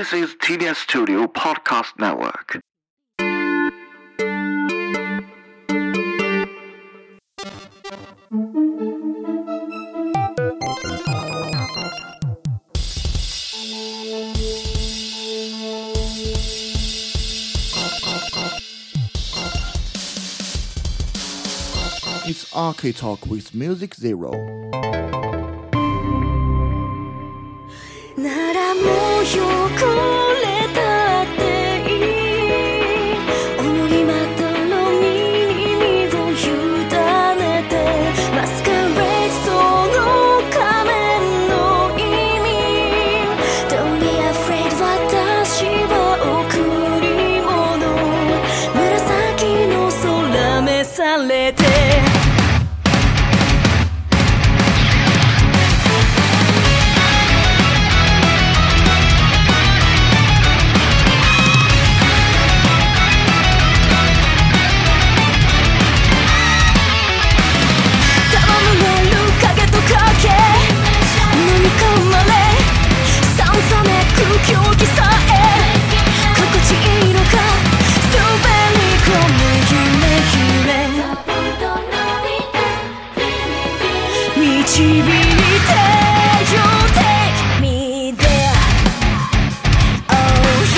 This is TBS Studio Podcast Network. It's Arcade Talk with Music Zero. ならもう汚れたっていい思いまどろみに身を委ねてマスカレードその仮面の意味 Don't be afraid 私は贈り物紫の空召されて狂気さえ心地いいのか滑り込む夢導いて You take me there Oh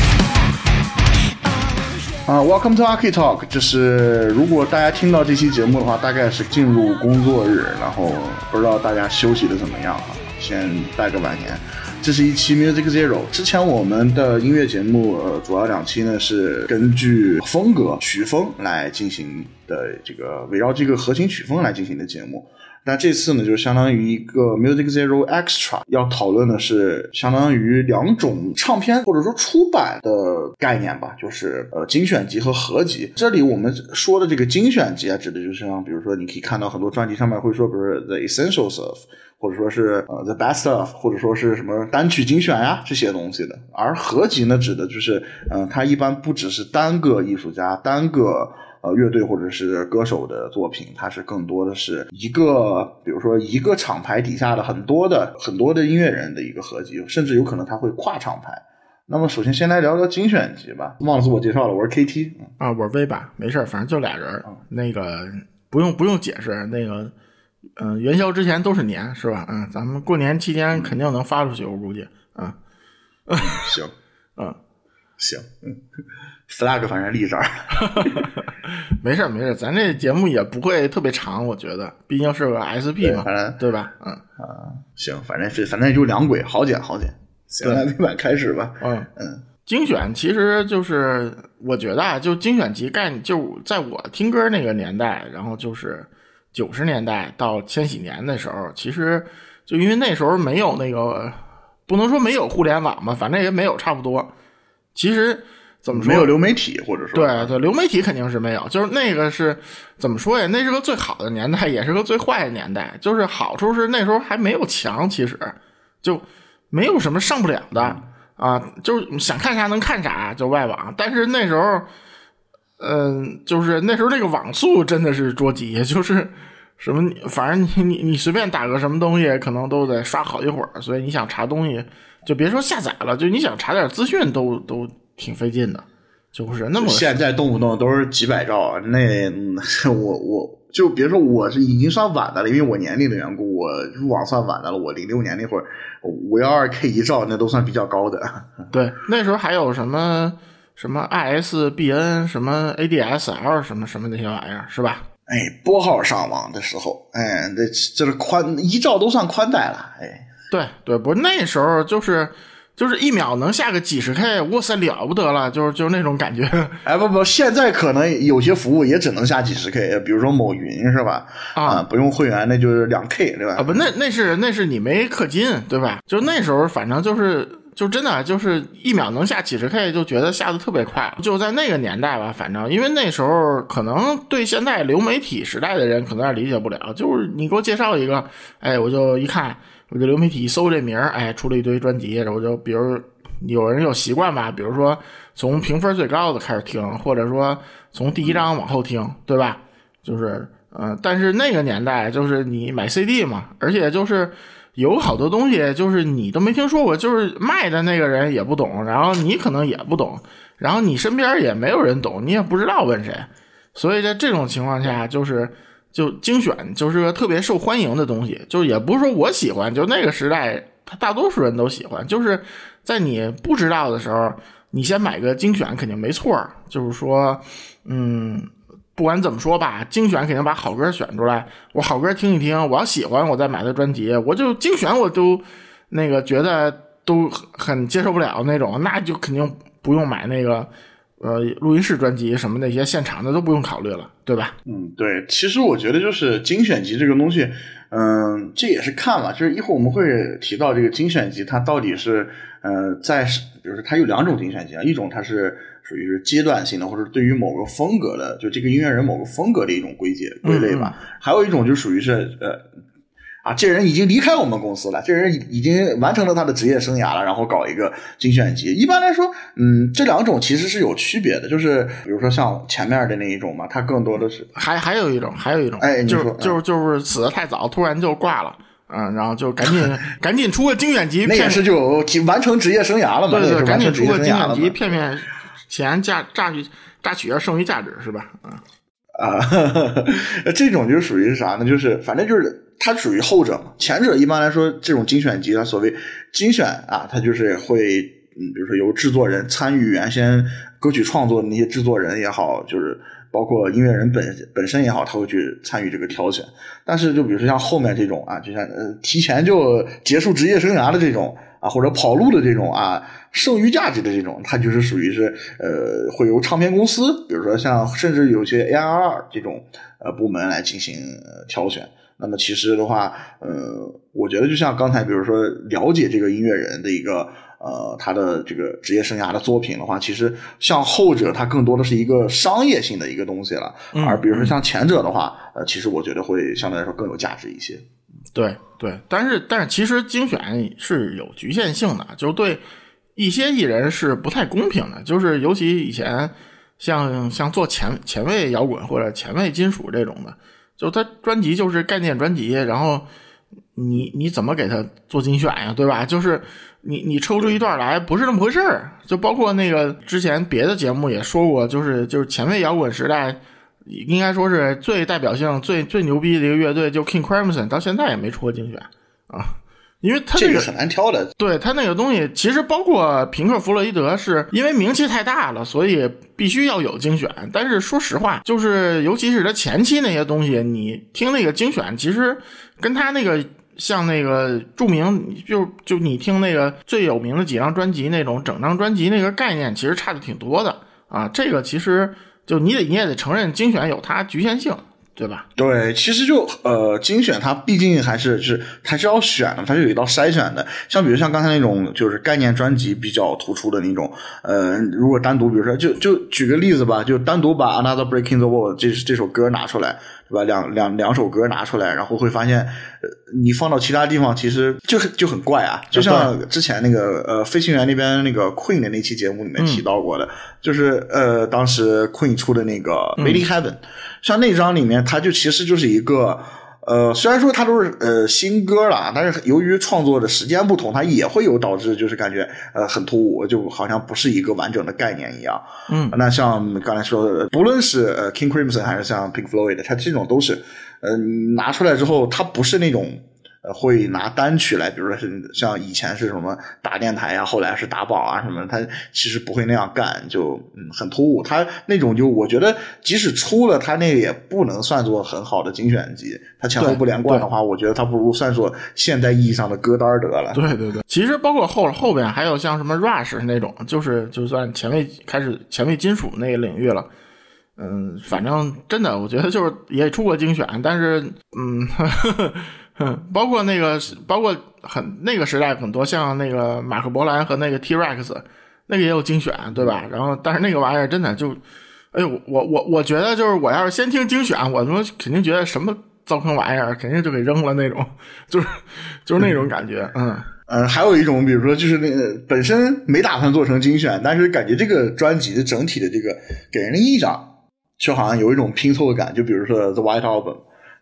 yes Welcome to Arcade Talk. 就是如果大家听到这期节目的话，大概是进入工作日，然后不知道大家休息的怎么样啊？先拜个晚年。这是一期 Music Zero。之前我们的音乐节目，主要2期呢是根据风格曲风来进行的，这个围绕这个核心曲风来进行的节目。但这次呢，就相当于一个 Music Zero Extra， 要讨论的是相当于2种唱片或者说出版的概念吧，就是精选集和合集。这里我们说的这个精选集啊，指的就是像比如说你可以看到很多专辑上面会说，比如说 The Essentials of， 或者说是The Best of， 或者说是什么单曲精选呀这些东西的。而合集呢，指的就是它一般不只是单个艺术家、单个乐队或者是歌手的作品，它是更多的是一个，比如说一个厂牌底下的很多的音乐人的一个合集，甚至有可能它会跨厂牌。那么首先先来聊聊精选集吧。忘了自我介绍了，我是 KT 啊，我是威吧，没事，反正就俩人，那个不用解释，那个元宵之前都是年是吧？咱们过年期间肯定能发出去，我估计行，行，flag 反正立这儿。 没事，咱这节目也不会特别长，我觉得，毕竟是个 SP 嘛，对吧？ 行，反正就2轨，好剪。行，来微版开始吧。 精选其实就是我觉得啊，就精选集概念，就在我听歌那个年代，然后就是90年代到千禧年的时候，其实就因为那时候没有那个，不能说没有互联网嘛，反正也没有，差不多。其实怎么说， 没有流媒体，或者说对，流媒体肯定是没有，就是那个是怎么说呀？那是个最好的年代，也是个最坏的年代。就是好处是那时候还没有墙，其实就没有什么上不了的啊，就是想看啥能看啥，就外网。但是那时候就是那时候那个网速真的是捉急，就是什么，反正你随便打个什么东西，可能都得刷好一会儿，所以你想查东西，就别说下载了，就你想查点资讯都挺费劲的，就是那么现在动不动都是几百兆，那我就别说我是已经算晚的了，因为我年龄的缘故，我入网算晚的了。我06年那会儿512K 1兆那都算比较高的。 对，那时候还有什么 ISBN 什么 ADSL 什么那些玩意儿是吧？ 拨号上网的时候，这是1兆都算宽带了， 对，不是那时候就是1秒能下个几十 K， 哇塞，了不得了，就是那种感觉。 不，现在可能有些服务也只能下几十 K， 比如说某云是吧？不用会员那就是2K 对吧？ 不，那是你没氪金对吧？就那时候反正就真的就是1秒能下几十 K， 就觉得下的特别快。就在那个年代吧，反正因为那时候可能对现在流媒体时代的人可能有点理解不了，就是你给我介绍一个，我就一看。我就流媒体搜这名，出了一堆专辑，然后就比如有人有习惯吧，比如说从评分最高的开始听，或者说从第1章往后听，对吧？就是但是那个年代就是你买 CD 嘛，而且就是有好多东西就是你都没听说过，就是卖的那个人也不懂，然后你可能也不懂，然后你身边也没有人懂，你也不知道问谁。所以在这种情况下，就精选就是个特别受欢迎的东西，就也不是说我喜欢，就那个时代他大多数人都喜欢，就是在你不知道的时候，你先买个精选肯定没错，就是说不管怎么说吧，精选肯定把好歌选出来，我好歌听一听，我要喜欢我再买的专辑，我就精选我都那个觉得都很接受不了那种，那就肯定不用买那个录音室专辑什么那些现场的都不用考虑了，对吧？ 对，其实我觉得就是精选集这个东西，这也是看嘛，就是一会儿我们会提到这个精选集它到底是在比如说它有2种精选集啊，一种它是属于是阶段性的，或者对于某个风格的，就这个音乐人某个风格的一种归类吧，还有一种就属于是这人已经离开我们公司了，这人已经完成了他的职业生涯了，然后搞一个精选集。一般来说，这2种其实是有区别的，就是比如说像前面的那一种嘛，它更多的是还有一种，就是死得太早，突然就挂了。然后就赶紧出个精选集， 那也是就完成职业生涯了嘛？ 对，赶紧出个精选集，骗钱榨取剩余价值是吧？ 这种就属于是啥呢？就是反正就是它属于后者嘛。前者一般来说，这种精选集它所谓精选啊，它就是会比如说由制作人参与原先歌曲创作的那些制作人也好，就是包括音乐人本身也好，他会去参与这个挑选。但是就比如说像后面这种就像提前就结束职业生涯的这种或者跑路的这种剩余价值的这种，它就是属于是会由唱片公司，比如说像甚至有些 A&R 这种部门来进行挑选。那么其实的话我觉得就像刚才比如说了解这个音乐人的一个他的这个职业生涯的作品的话，其实像后者它更多的是一个商业性的一个东西了，而比如说像前者的话其实我觉得会相对来说更有价值一些。 对，但是其实精选是有局限性的，就对一些艺人是不太公平的，就是尤其以前像做前卫摇滚或者前卫金属这种的，就他专辑就是概念专辑，然后你怎么给他做精选呀，对吧？就是你抽出一段来不是那么回事儿。就包括那个之前别的节目也说过，就是前卫摇滚时代应该说是最代表性最牛逼的一个乐队，就 King Crimson 到现在也没出过精选因为他这个很难挑的。 对，他那个东西其实包括平克·弗洛伊德是因为名气太大了，所以必须要有精选。但是说实话，就是尤其是他前期那些东西，你听那个精选其实跟他那个像那个著名就你听那个最有名的几张专辑那种整张专辑那个概念其实差的挺多的这个其实就你也得承认精选有它局限性，对吧？ 对，其实就精选它毕竟还是要选的，它是有一道筛选的。像比如像刚才那种就是概念专辑比较突出的那种，如果单独比如说就举个例子吧，就单独把 Another Breaking the Wall 这首歌拿出来，对吧？两首歌拿出来，然后会发现你放到其他地方其实就很怪就像之前那个飞行员那边那个 Queen 的那期节目里面提到过的，就是当时 Queen 出的那个 Made in Heaven，像那张里面它就其实就是一个虽然说它都是新歌了，但是由于创作的时间不同，它也会有导致就是感觉很突兀，就好像不是一个完整的概念一样。那像刚才说的，不论是King Crimson 还是像 Pink Floyd， 它这种都是拿出来之后，它不是那种会拿单曲来，比如说是像以前是什么打电台后来是打榜什么，他其实不会那样干，就很突兀。他那种就我觉得即使出了，他那个也不能算作很好的精选集，他前后不连贯的话，我觉得他不如算作现代意义上的歌单得了。 对，其实包括后边还有像什么 Rush 那种，就算开始前卫金属那个领域了。反正真的我觉得就是也出过精选，但是包括那个那个时代很多像那个马克伯兰和那个 T-Rex 那个也有精选，对吧？然后但是那个玩意儿真的就我觉得就是我要是先听精选，我他妈肯定觉得什么糟坑玩意儿肯定就给扔了那种，就是那种感觉。 还有一种比如说就是那个本身没打算做成精选，但是感觉这个专辑的整体的这个给人的印象就好像有一种拼凑的感，就比如说 The White Album，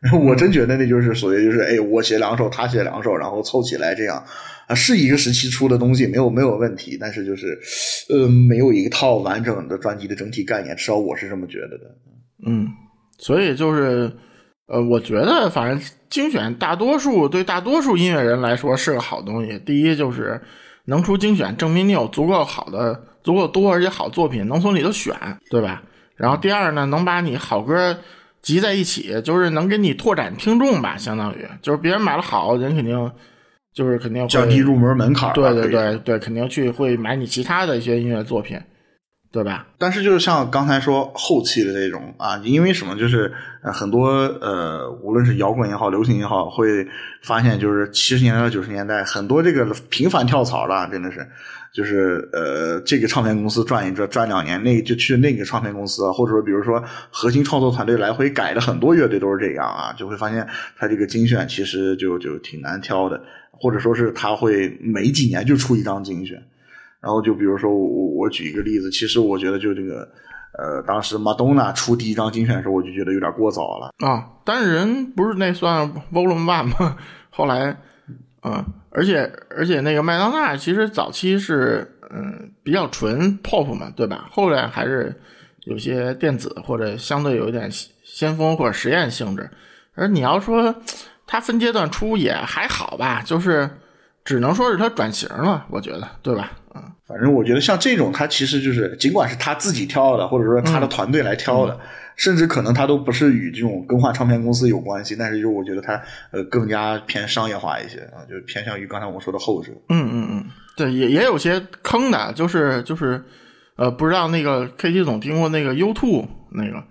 我真觉得那就是所谓就是我写2首他写2首，然后凑起来这样是一个时期出的东西，没有问题，但是就是没有一套完整的专辑的整体概念，至少我是这么觉得的。 所以就是我觉得反正精选对大多数音乐人来说是个好东西。第一就是能出精选，证明你有足够多而且好作品能从里头选，对吧？然后第二呢，能把你好歌集在一起，就是能给你拓展听众吧，相当于就是别人买了好人肯定会降低入门门槛。 对，肯定会买你其他的一些音乐作品，对吧？ 但是就是像刚才说后期的这种因为什么就是很多无论是摇滚也好流行也好，会发现就是70年代90年代很多这个频繁跳槽了，真的是就是这个唱片公司赚2年，那就去那个唱片公司，或者说比如说核心创作团队来回改的很多乐队都是这样就会发现他这个精选其实就挺难挑的，或者说是他会每几年就出一张精选。然后就比如说我举一个例子，其实我觉得就这个当时 Madonna 出第一张精选的时候，我就觉得有点过早了单人不是那算 Volume 1吗？后来而且那个麦当娜其实早期是比较纯 pop 嘛，对吧？后来还是有些电子或者相对有一点先锋或者实验性质。而你要说它分阶段出也还好吧，就是只能说是它转型了，我觉得，对吧？ 反正我觉得像这种他其实就是尽管是他自己挑的，或者说他的团队来挑的，甚至可能他都不是与这种更换唱片公司有关系，但是就我觉得他更加偏商业化一些就偏向于刚才我说的后者。 对，也有些坑的，就是不知道那个 KT 总听过那个 U2 那个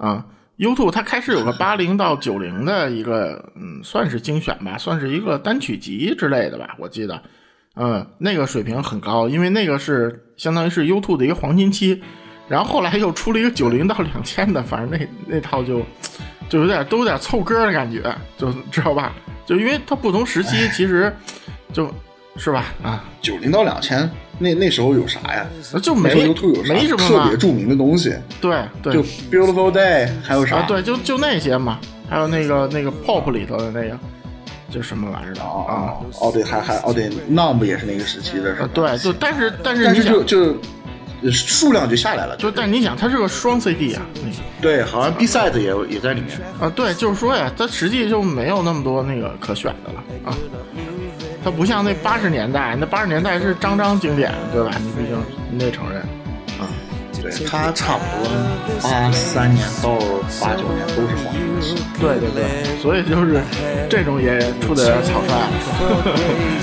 U2 它开始有个80到90的一个算是精选吧，算是一个单曲集之类的吧，我记得那个水平很高，因为那个是相当于是 U2 的一个黄金期，然后后来又出了一个90到2000的，反正那套就有点凑歌的感觉，就知道吧？就因为它不同时期其实就是吧 90到2000那时候有啥呀？ 就没 U2 有啥没什么特别著名的东西？ 对， 就 Beautiful Day 还有啥？ 对，就那些嘛，还有那个 Pop 里头的那个。就什么玩意儿的对，还对 Numb 也是那个时期的是吧？ 对，就但是你想就数量就下来了， 但你想它是个双 CD 对，好像 B-side 也在里面对，就是说呀，它实际就没有那么多那个可选的了它不像那80年代，那80年代是张经典，对吧？你毕竟你得承认对，它差不多83年到89年都是黄金期。 对，所以就是这种也出的有点草率了。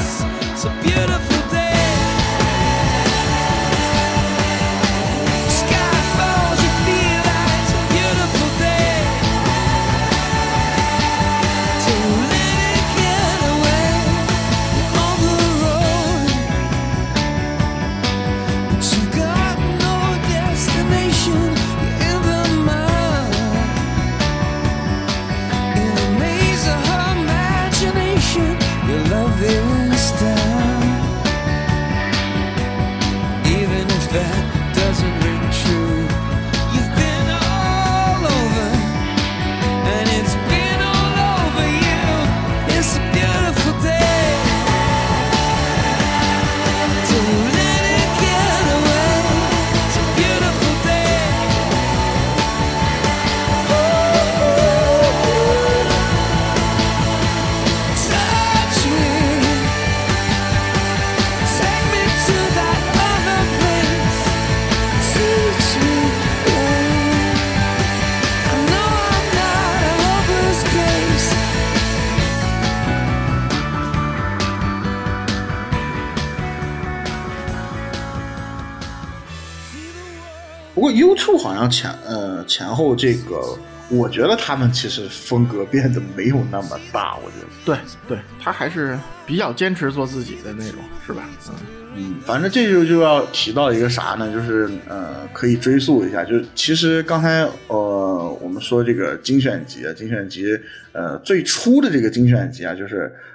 不过 U2 好像前后这个，我觉得他们其实风格变得没有那么大，我觉得。 对，他还是比较坚持做自己的那种，是吧？ 反正这就要提到一个啥呢？就是可以追溯一下，就其实刚才我们说这个精选集最初的这个精选集就是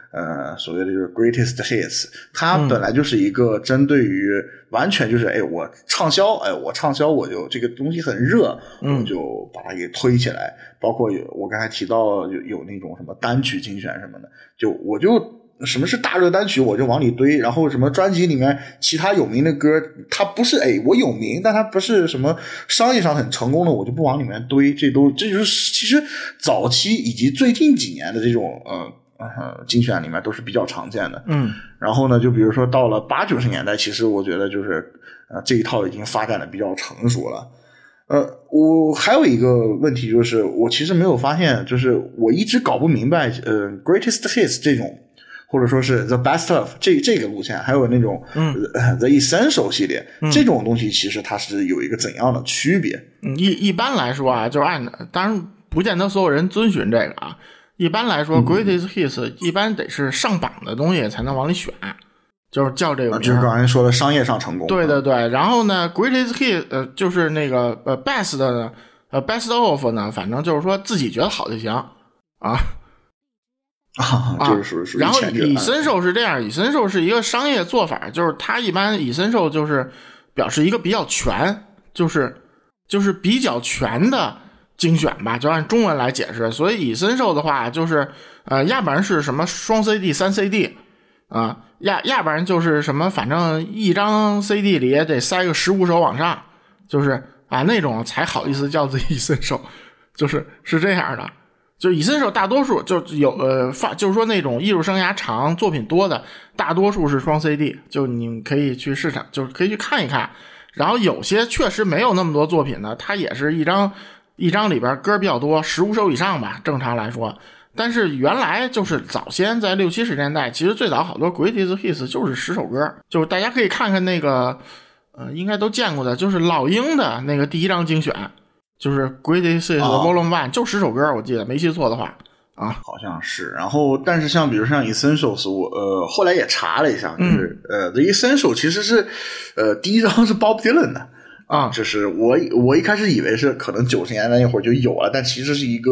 所谓的就是 greatest hits， 它本来就是一个针对于完全就是我畅销，我就这个东西很热，我就把它给推起来。包括我刚才提到有那种什么单曲精选什么的，我就什么是大热单曲我就往里堆，然后什么专辑里面其他有名的歌，它不是我有名，但它不是什么商业上很成功的，我就不往里面堆。这就是其实早期以及最近几年的这种精选里面都是比较常见的。然后呢，就比如说到了80-90年代，其实我觉得就是这一套已经发展的比较成熟了。我还有一个问题就是，我其实没有发现，就是我一直搞不明白greatest hits 这种，或者说是 the best of 这个路线，还有那种the essential 系列，这种东西其实它是有一个怎样的区别？ 一般来说啊，就是当然不见得所有人遵循这个啊。一般来说，greatest hits 一般得是上榜的东西才能往里选，就是叫这个名。 就是刚才说的商业上成功。 对对对，然后呢 ，greatest hit 就是那个best 的呢best of 呢，反正就是说自己觉得好就行啊。 就是属于然后essential是这样，essential是一个商业做法，就是它一般essential就是表示一个比较全，就是比较全的精选吧，就按中文来解释。所以essential的话就是要不然是什么双 CD 3 CD 啊，要不然就是什么反正一张 CD 里也得塞个15首往上，就是那种才好意思叫自己essential，是这样的。就essential大多数就有就是说那种艺术生涯长作品多的大多数是双 CD， 就你可以去市场就是可以去看一看。然后有些确实没有那么多作品呢，它也是一张里边歌比较多，15首以上吧，正常来说。但是原来就是早先在60、70年代，其实最早好多 greatest hits 就是10首歌，就是大家可以看看那个应该都见过的，就是老鹰的那个第一张精选。就是 Greatest Hits Volume 1就10首歌，我记得没记错的话好像是。然后但是像比如像 Essentials 我后来也查了一下，就是The Essential 其实是第一张是 Bob Dylan 的就是我一开始以为是可能90年代那会儿就有了，但其实是一个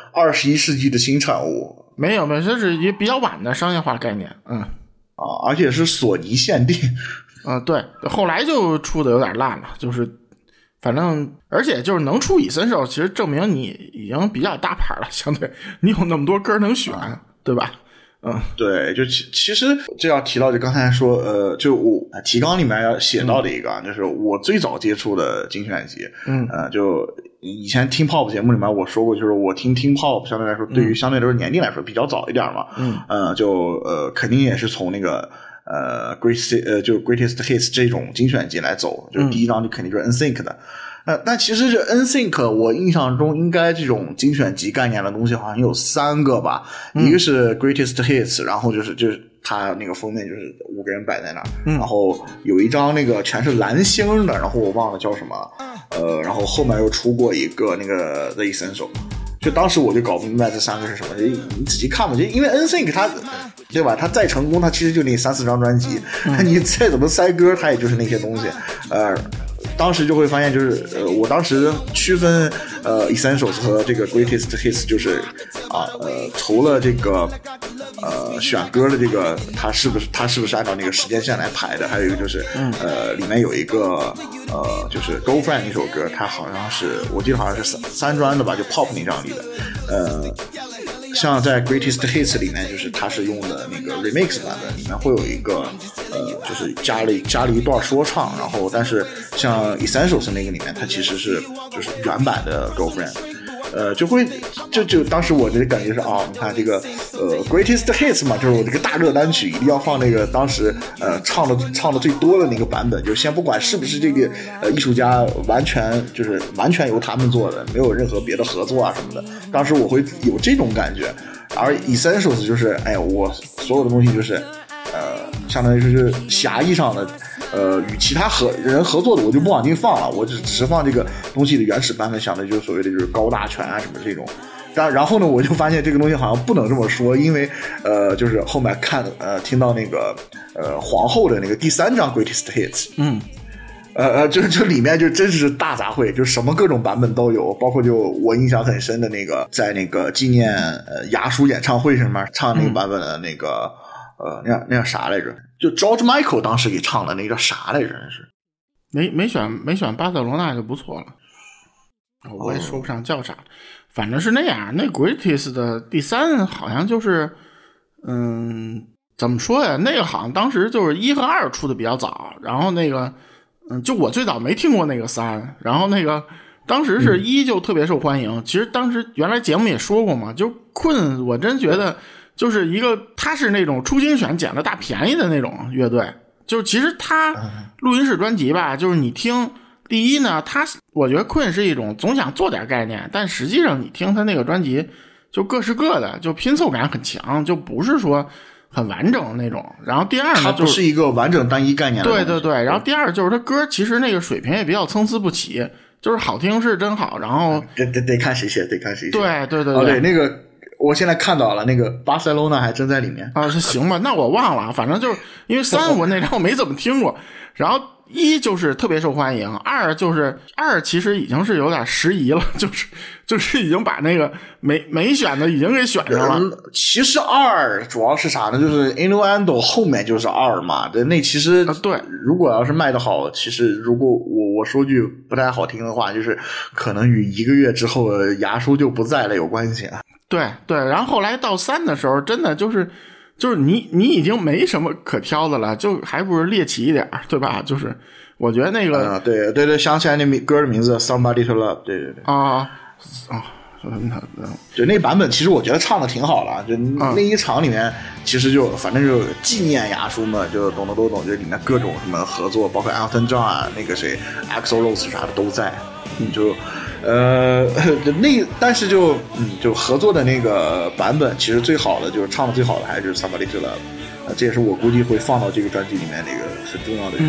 21世纪的新产物。 没有，这是一个比较晚的商业化概念。 而且是索尼限定。 对，后来就出的有点烂了，就是反正而且就是能出essential，其实证明你已经比较大牌了，相对你有那么多歌能选，对吧？ 对，就其实这要提到就刚才说就我提纲里面要写到的一个就是我最早接触的精选集。就以前听 pop 节目里面我说过，就是我听 pop 相对来说对于相对来说年龄来说比较早一点嘛。就肯定也是从那个就 greatest hits 这种精选集来走，就是第一张就肯定就是 NSYNC 的。但其实这 NSYNC 我印象中应该这种精选集概念的东西好像有3个吧。一个是 greatest hits， 然后就是它那个封面就是5个人摆在那儿，然后有一张那个全是蓝星的，然后我忘了叫什么了。然后后面又出过一个那个 The Essential。就当时我就搞不明白这3个是什么，你仔细看吧，就因为 NSYNC 它对吧，它再成功它其实就那3-4张专辑，你再怎么塞歌它也就是那些东西。当时就会发现就是我当时区分Essentials 和这个 Greatest Hits 就是除了这个选歌的这个它是不是按照那个时间线来排的，还有一个就是里面有一个就是 Girlfriend 那首歌，它好像是我记得好像是3专的吧，就 Pop 那张里的。像在 Greatest Hits 里面，就是它是用的那个 Remix 版本，里面会有一个就是加了一段说唱，然后但是像 Essentials 那个里面，它其实是就是原版的 Girlfriend。就当时我的感觉是你看这个Greatest Hits 嘛，就是我这个大热单曲一定要放那个当时唱的最多的那个版本，就先不管是不是这个艺术家完全由他们做的，没有任何别的合作啊什么的。当时我会有这种感觉，而 Essentials 就是我所有的东西就是相当于是狭义上的与其他人合作的我就不往进放了，我只是放这个东西的原始版本，想的就是所谓的就是高大全啊什么这种。然后呢我就发现这个东西好像不能这么说，因为就是后面听到那个皇后的那个第3张 Greatest Hits， 就里面就真是大杂烩，就什么各种版本都有，包括就我印象很深的那个，在那个纪念牙叔演唱会上面唱那个版本的那个那叫啥来着？就 George Michael 当时给唱的那个叫啥来着？是没选巴塞罗那就不错了，我也说不上叫啥，反正是那样。那 Greatest 的第3好像就是怎么说呀？那个好像当时就是1和2出的比较早，然后那个就我最早没听过那个3，然后那个当时是1就特别受欢迎。其实当时原来节目也说过嘛，就Queen我真觉得就是一个他是那种出精选捡了大便宜的那种乐队。就是其实他录音室专辑吧，就是你听第一呢，我觉得 Queen 是一种总想做点概念，但实际上你听他那个专辑就各是各的，就拼凑感很强，就不是说很完整的那种。然后第二呢， 它不是一个完整单一概念的东西。 对对对。然后第二就是他歌其实那个水平也比较参差不齐，就是好听是真好，然后得看谁写，得看谁写。 对对对对，那个我现在看到了，那个巴塞罗那还真在里面啊。行吧，那我忘了，反正就是因为3我那张我没怎么听过，然后1就是特别受欢迎，2就是2其实已经是有点时宜了，就是已经把那个没选的已经给选上了。 其实2主要是啥呢？就是 Innuendo 后面就是2嘛，那其实对， 如果要是卖得好，其实如果我说句不太好听的话，就是可能与1个月之后牙叔就不在了有关系啊。 对对，然后后来到3的时候，真的就是你已经没什么可挑的了，就还不如猎奇一点，对吧？就是我觉得那个对对对，想起来那歌的名字 Somebody to Love， 对对对就那版本其实我觉得唱的挺好了，就那一场里面其实就反正就纪念牙叔嘛，就懂的都懂，就里面各种什么合作，包括 Elton John 啊，那个谁 Axl Rose 啥的都在，就但是就合作的那个版本，其实最好的就是唱的最好的还是 Somebody to Love， 这也是我估计会放到这个专辑里面那个很重要的。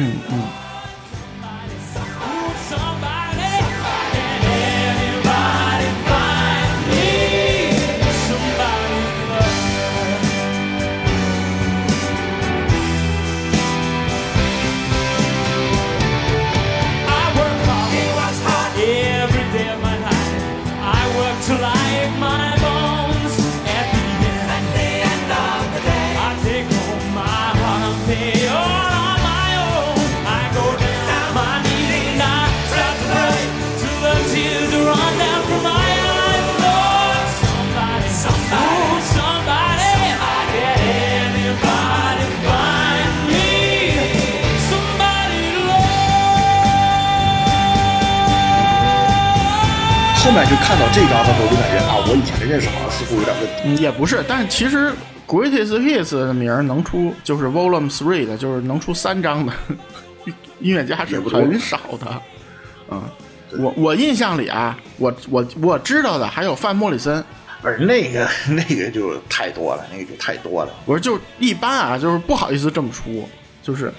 后面就看到这张的时候就感觉啊，我以前的认识好像似乎有点问题。 也不是，但其实 Greatest Hits 的名能出就是 Volume 3的，就是能出3张的音乐家是很少的。我印象里啊，我知道的还有范莫里森。 不是那个就太多了，那个就太多了。 我说就一般啊，就是不好意思这么出，就是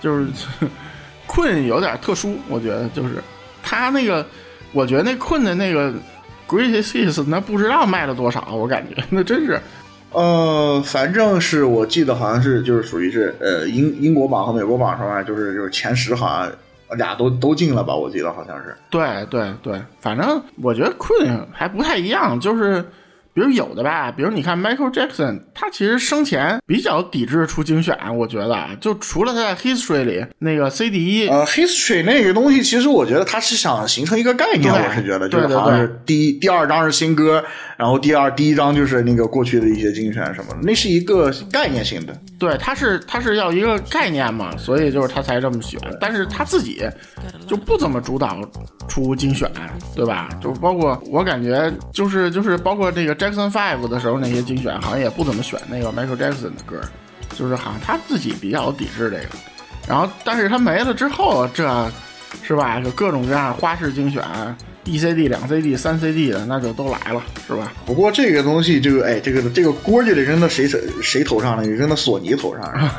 Queen 有点特殊，我觉得就是他那个。我觉得那Queen的那个 Greatest Hits 那不知道卖了多少，我感觉那真是， 反正是我记得好像是就是属于是英国榜和美国榜上面就是前10好像俩都进了吧，我记得好像是。 对对对，反正我觉得Queen还不太一样，就是比如有的吧，比如你看 Michael Jackson， 他其实生前比较抵制出精选，我觉得就除了他在 History 里那个 CD History 那个东西，其实我觉得他是想形成一个概念，我是觉得就是好像是第2张是新歌，然后第1张就是那个过去的一些精选什么的，那是一个概念性的。 对，他是要一个概念嘛，所以就是他才这么选，但是他自己就不怎么主导出精选，对吧？就包括我感觉就是包括这个 Jackson 5的时候那些精选好像也不怎么选那个 Michael Jackson 的歌，就是好像他自己比较抵制这个，然后但是他没了之后，这是吧？就各种各样花式精选，1 CD 2 CD 3 CD 的那就都来了，是吧？ 不过这个东西，这个锅就得扔到谁头上了？你扔到索尼头上，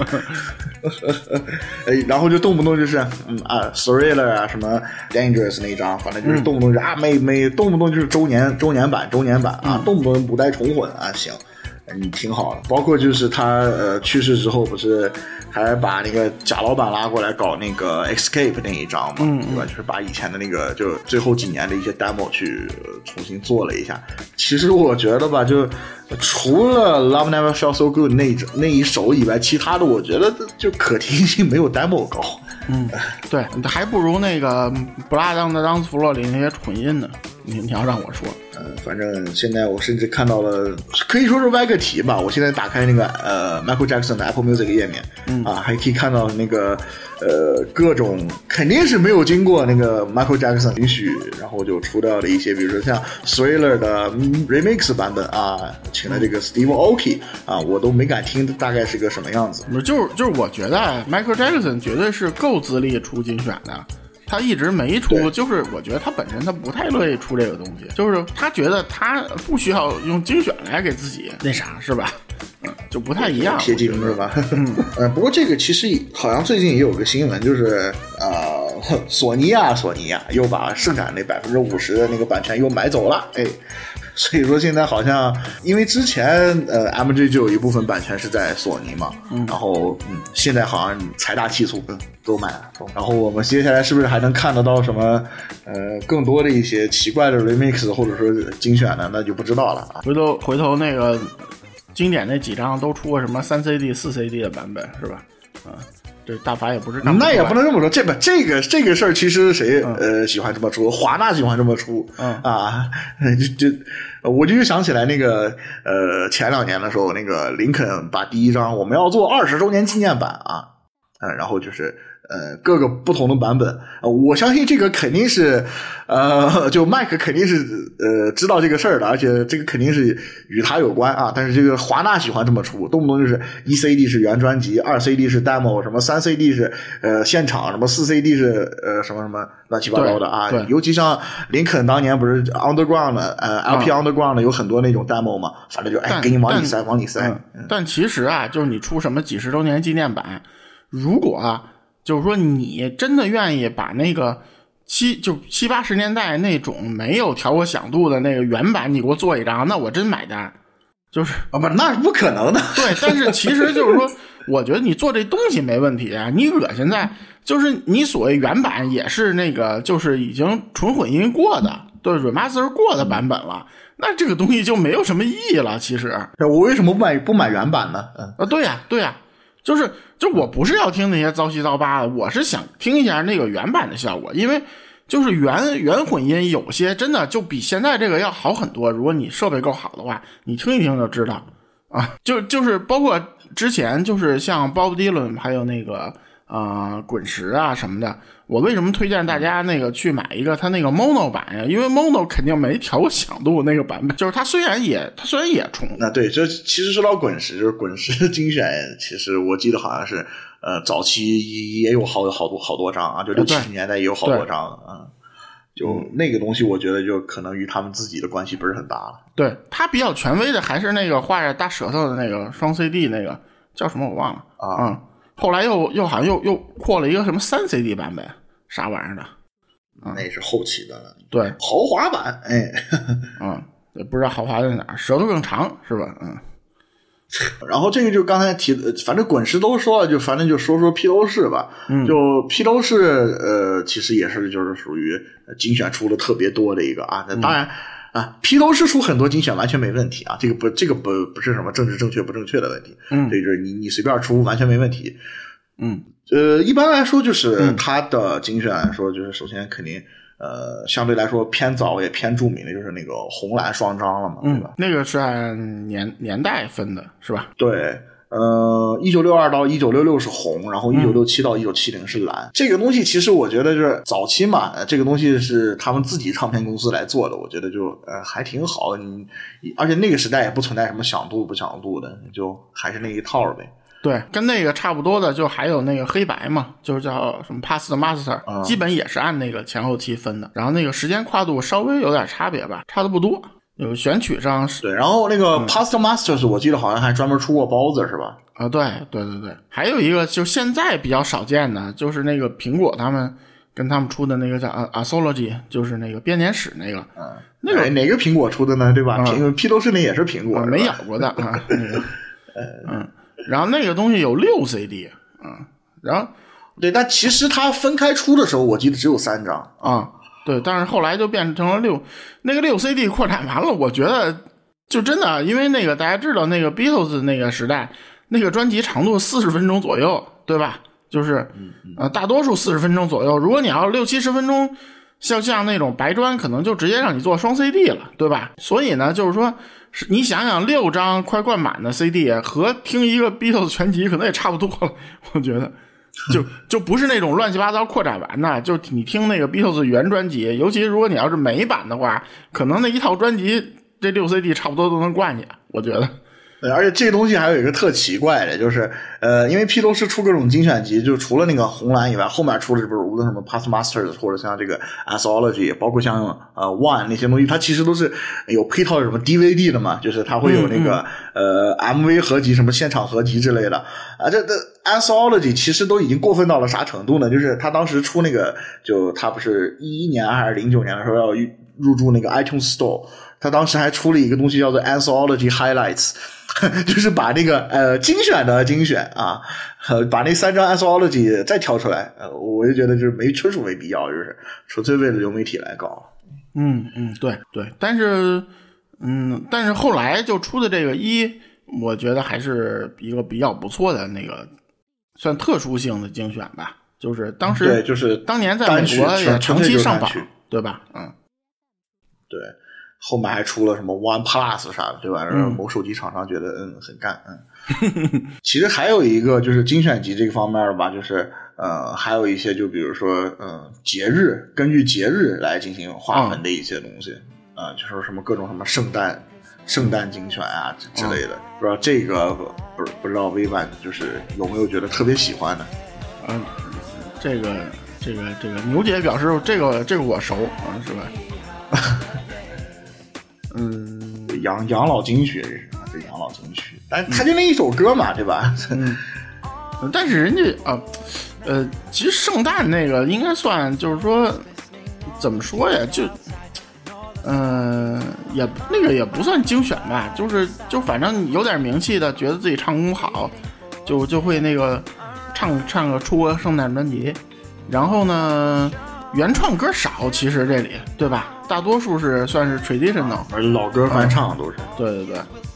然后就动不动就是Thriller 啊，什么 Dangerous 那一张，反正就是动不动就每动不动就是周年版啊，动不动5代重混啊，行。挺好的，包括就是他去世之后不是还把那个贾老板拉过来搞那个 Escape 那一章嘛，对吧？就是把以前的那个就最后几年的一些 demo 去重新做了一下。其实我觉得吧，就除了 Love Never Felt So Good 那一首以外，其他的我觉得就可听性没有 demo 高。 对，还不如那个布拉当的当弗洛里那些混音呢。你要让我说， 反正现在我甚至看到了，可以说是歪个题吧。我现在打开那个Michael Jackson 的 Apple Music 页面，还可以看到那个各种肯定是没有经过那个 Michael Jackson 允许，然后就出掉了一些，比如说像 Thriller 的 Remix 版本啊，请了这个 Steve Aoki 啊，我都没敢听，大概是个什么样子。 就是我觉得 Michael Jackson 绝对是够资历出精选的。他一直没出，就是我觉得他本身他不太乐意出这个东西，就是他觉得他不需要用精选来给自己那啥，是吧？就不太一样， 贴金是吧？不过这个其实好像最近也有个新闻，就是索尼啊又把剩下那50%的那个版权又买走了，哎。所以说现在好像，因为之前MG 就有一部分版权是在索尼嘛，然后现在好像财大气粗都买了，然后我们接下来是不是还能看得到什么更多的一些奇怪的 remix 或者说精选的，那就不知道了啊。 回头那个经典那几张都出过什么3CD 4CD 的版本是吧？这大法也不是那也不能这么说，这个事儿其实谁喜欢这么出，华纳喜欢这么出，我就想起来那个前2年的时候，那个林肯把第一张我们要做20周年纪念版啊，然后就是各个不同的版本，我相信这个肯定是就麦克肯定是知道这个事儿的，而且这个肯定是与他有关啊。但是这个华纳喜欢这么出，动不动就是1 CD 是原专辑，2 CD 是 demo， 什么3 CD 是现场，什么4 CD 是什么什么乱七八糟的啊。尤其像林肯当年不是 Underground 的LP Underground 的有很多那种 demo 嘛，反正就给你往里塞。 但其实啊，就是你出什么几10周年纪念版，如果就是说你真的愿意把那个70、80年代那种没有调过响度的那个原版你给我做一张，那我真买单。就是那是不可能的。 对，但是其实就是说我觉得你做这东西没问题啊，你恶心在就是你所谓原版也是那个就是已经纯混音过的，对 remaster 过的版本了，那这个东西就没有什么意义了。其实我为什么不买原版呢？ 对呀就我不是要听那些糟七糟八的，我是想听一下那个原版的效果，因为就是原混音有些真的就比现在这个要好很多，如果你设备够好的话，你听一听就知道啊。就是包括之前就是像 Bob Dylan 还有那个滚石啊什么的，我为什么推荐大家那个去买一个它那个 Mono 版呀？因为 Mono 肯定没调过响度那个版本，就是它虽然也冲。 那对，这其实说到滚石，就是滚石精选，其实我记得好像是早期也有好多张啊，就60、70年代也有好多张啊。就那个东西，我觉得就可能与他们自己的关系不是很大了。 对，他比较权威的还是那个画着大舌头的那个双 CD 那个叫什么我忘了啊。后来又好像又扩了一个什么3 CD 版本，啥玩意儿的？ 那也是后期的了。 对， 豪华版， 也不知道豪华在哪儿，舌头更长是吧？ 然后这个就刚才提的，反正滚石都说了，就反正就说披头士吧。就披头士其实也是就是属于精选出的特别多的一个啊。当然披头士出很多精选完全没问题啊，这个不是什么政治正确不正确的问题。这就是你随便出完全没问题。一般来说就是他的精选来说，就是首先肯定相对来说偏早也偏著名的就是那个红蓝双张了嘛，对吧？ 那个是按年代分的是吧？ 对，1962到1966是红，然后1967到1970是蓝。这个东西其实我觉得是早期嘛，这个东西是他们自己唱片公司来做的，我觉得就还挺好。而且那个时代也不存在什么响度不响度的，就还是那一套呗。 对，跟那个差不多的就还有那个黑白嘛，就是叫什么 Past Master，基本也是按那个前后期分的，然后那个时间跨度稍微有点差别吧，差的不多。有选曲上是对，然后那个 Past Masters 我记得好像还专门出过包子是吧？ 对，还有一个就现在比较少见的，就是那个苹果他们跟他们出的那个叫 Astrology， 就是那个编年史那个，那个哪个苹果出的呢？对吧？披头士那也是苹果， 没咬过的啊，那个然后那个东西有6 CD 然后对，但其实它分开出的时候，我记得只有3张啊，对，但是后来就变成了6 CD 扩展完了，我觉得就真的，因为那个大家知道那个 Beatles 那个时代，那个专辑长度40分钟左右，对吧？就是大多数40分钟左右，如果你要60-70分钟，像那种白专，可能就直接让你做双 CD 了，对吧？所以呢，就是说你想想6张快灌满的 CD 和听一个 Beatles 全集可能也差不多了，我觉得就不是那种乱七八糟扩展完的，就你听那个 Beatles 原专辑，尤其如果你要是美版的话，可能那一套专辑这6 CD 差不多都能灌去，我觉得。 对，而且这个东西还有一个特奇怪的，就是因为披头士出各种精选集，就除了那个红蓝以外，后面出的是不是无论什么 Past Masters 或者像这个 Anthology， 包括像One 那些东西，它其实都是有配套什么 DVD 的嘛，就是它会有那个MV 合集、什么现场合集之类的啊。这 Anthology 其实都已经过分到了啥程度呢？就是他当时出那个，就他不是11年还是09年的时候要入驻那个 iTunes Store， 他当时还出了一个东西叫做 Anthology Highlights。就是把那个精选的精选啊，把那3张 Anthology 再挑出来，我就觉得就是纯属没必要，就是纯粹为了流媒体来搞。 对，但是后来就出的这个我觉得还是一个比较不错的那个算特殊性的精选吧，就是当时对，就是当年在美国也长期上榜，对吧？ 对。后面还出了什么 One Plus 啥的，对吧？某手机厂商觉得很干。其实还有一个就是精选集这个方面的吧，就是还有一些就比如说节日，根据节日来进行划分的一些东西就是什么各种什么圣诞精选啊之类的。不知道这个不知道微版就是有没有觉得特别喜欢的？ 这个牛姐表示这个我熟是吧？ 养老金曲这养老金曲，但他就那一首歌嘛，对吧？ 但是人家其实圣诞那个应该算，就是说怎么说呀？就也那个也不算精选吧，就反正有点名气的，觉得自己唱功好，就会那个唱个出个圣诞专辑，然后呢原创歌少，其实这里对吧？大多数是算是 traditional， 而老歌翻唱都是。 对。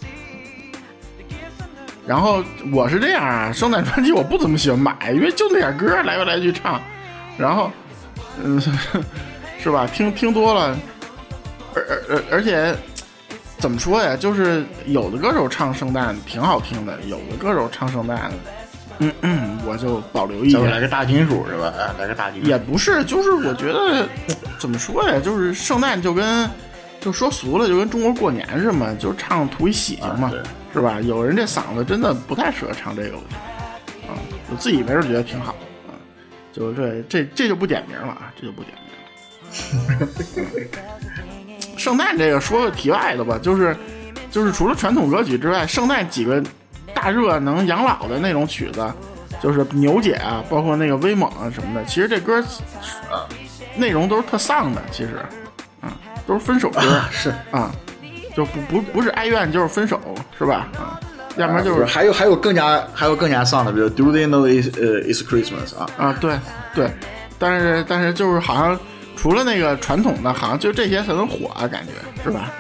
然后我是这样啊，圣诞专辑我不怎么喜欢买，因为就那点歌来去唱，然后是吧？听多了，而且怎么说呀？就是有的歌手唱圣诞挺好听的，有的歌手唱圣诞。我就保留意见。 来个大金属是吧？来个大金属也不是，就是我觉得怎么说呀？就是圣诞就说俗了，就跟中国过年似的，就唱图一喜庆嘛，是吧？有人这嗓子真的不太适合唱这个，我觉得我自己没人觉得挺好就这就不点名了啊，这就不点名了。圣诞这个说个题外的吧，就是除了传统歌曲之外，圣诞几个大热能养老的那种曲子，就是牛姐啊，包括那个威猛啊什么的，其实这歌内容都是特丧的，其实都是分手歌是就不是哀怨就是分手，是吧？要不然就是还有更加丧的，比如 Do They Know It's Christmas 对，但是就是好像除了那个传统的，好像就这些才能火感觉是吧？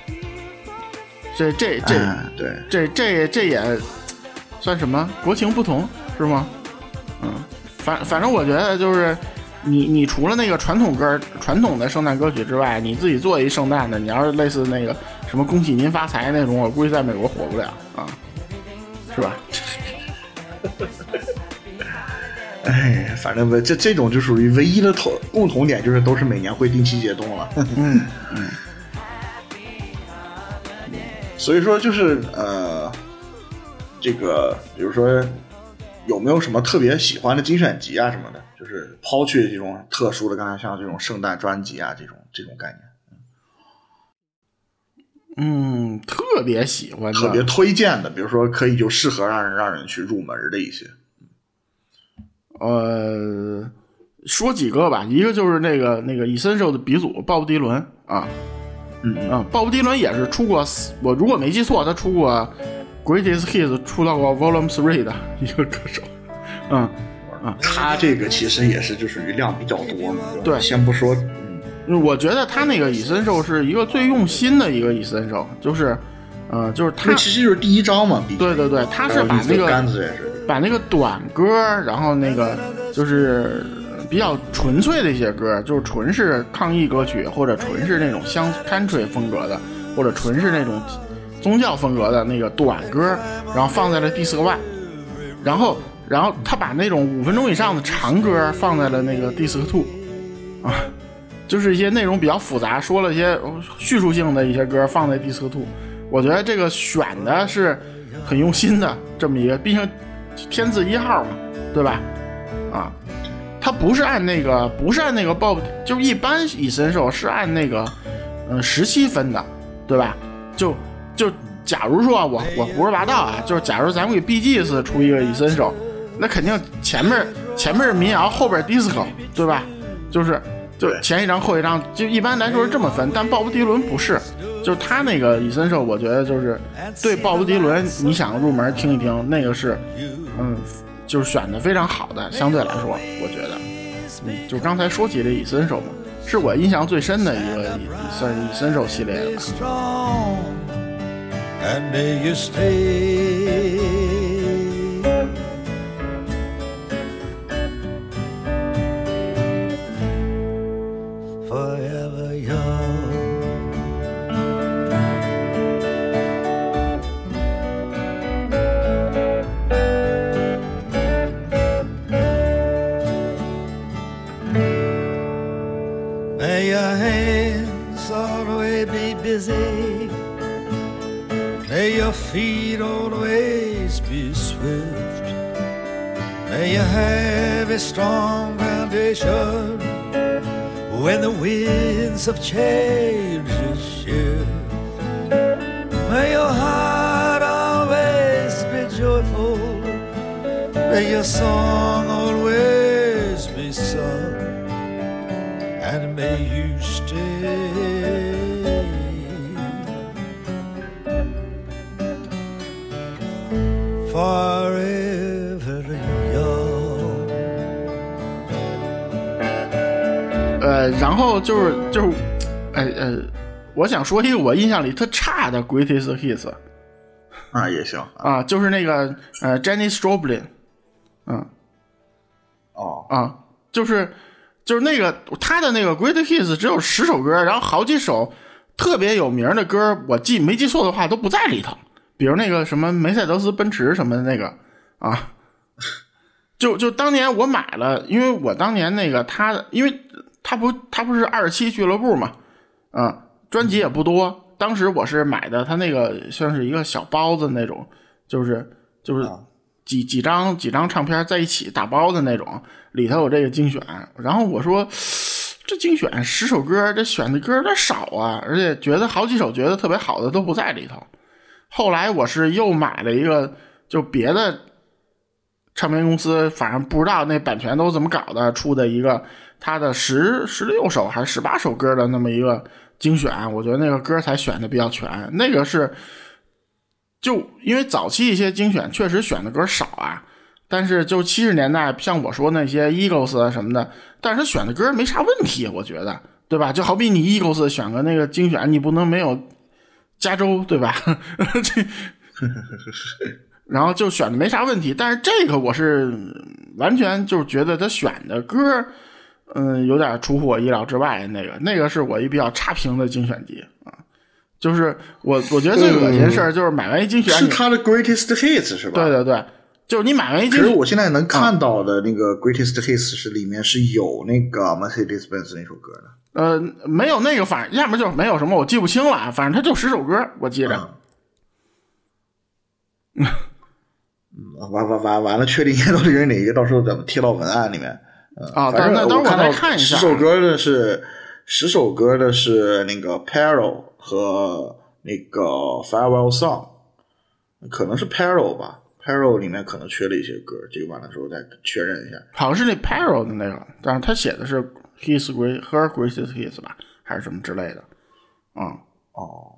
这也算什么？国情不同是吗？反正我觉得就是你除了那个传统的圣诞歌曲之外，你自己做一圣诞的，你要是类似那个什么恭喜您发财那种，我估计在美国火不了是吧？ 反正这种就属于唯一的共同点，就是都是每年会定期解冻了。所以说就是这个比如说有没有什么特别喜欢的精选集啊什么的，就是抛去这种特殊的，刚才像这种圣诞专辑啊这种概念。特别喜欢的， 特别推荐的，比如说可以就适合让人去入门的一些。 说几个吧，一个就是那个 Essential 的鼻祖鲍勃迪伦鲍勃迪伦也是出过，我如果没记错，他出过 Greatest Hits 出到过 Volume 3的一个歌手， 他这个其实也是就属于量比较多嘛。 对， 先不说， 我觉得他那个essential是一个最用心的一个essential，就是他其实就是第一章嘛。 对，他是把那个杆子也是把那个短歌，然后那个就是比较纯粹的一些歌，就是纯是抗议歌曲，或者纯是那种乡 country 风格的，或者纯是那种宗教风格的那个短歌，然后放在了第4个万，然后他把那种5分钟以上的长歌放在了那个第4个 two 啊，就是一些内容比较复杂，说了一些叙述性的一些歌放在第4个 two， 我觉得这个选的是很用心的这么一个，毕竟天字1号嘛，对吧？啊，他不是按那个Bob， 就一般essential是按那个17分的，对吧？就假如说我胡说八道啊，就是假如咱们给 BGS 出一个 essential， 那肯定前面是民谣，后边 disco， 对吧？就前一张后一张，就一般来说是这么分，但鲍勃迪伦不是，就是他那个essential，我觉得就是对鲍勃迪伦，你想入门听一听，那个是就是选的非常好的，相对来说，我觉得，就刚才说起这 essential 嘛，是我印象最深的一个算是 essential 系列的吧。 And may you stay forever young. May your hands always be busy.May your feet always be swift. May you have a strong foundation when the winds of change shift. May your heart always be joyful. May your song always be sung. And may you stay.Forever young。 然后我想说一个我印象里特差的 Greatest Hits 啊，也行啊，就是那个Janis Joplin， 就是那个他的那个 Greatest Hits 只有10首歌，然后好几首特别有名的歌，我没记错的话都不在里头。比如那个什么梅赛德斯奔驰什么的那个啊，就当年我买了，因为我当年那个因为他不是27俱乐部嘛，专辑也不多，当时我是买的他那个像是一个小包子那种，就是几张唱片在一起打包的那种，里头有这个精选，然后我说这精选10首歌，这选的歌有点少啊，而且觉得好几首觉得特别好的都不在里头。后来我是又买了一个，就别的唱片公司，反正不知道那版权都怎么搞的，出的一个他的16首还是18首歌的那么一个精选，我觉得那个歌才选的比较全。那个是就因为早期一些精选确实选的歌少啊，但是就70年代像我说那些 Eagles 啊什么的，但是他选的歌没啥问题，我觉得，对吧？就好比你 Eagles 选个那个精选，你不能没有加州，对吧？然后就选的没啥问题，但是这个我是完全就是觉得他选的歌有点出乎我意料之外，那个是我一比较差评的精选集啊。就是我觉得最恶心的事就是买完一精选是他的 Greatest Hits 是吧？ 对，就是你买完一精选， 可是我现在能看到的那个 Greatest Hits 是里面是有那个 Mercedes-Benz 那首歌的。 没有那个，反正要么就没有什么，我记不清了，反正它就10首歌，我记着。 完了，确定一下到底是哪个，到时候咱们贴到文案里面。 啊，但那等会儿我再看一下。 10首歌的是那个 Peril 和那个 Farewell Song， 可能是 Peril 吧。Peril 里面可能缺了一些歌，这个完了之后再确认一下。 好像是那 Peril 的那个，但是他写的是 Her Greatest Hits 吧，还是什么之类的。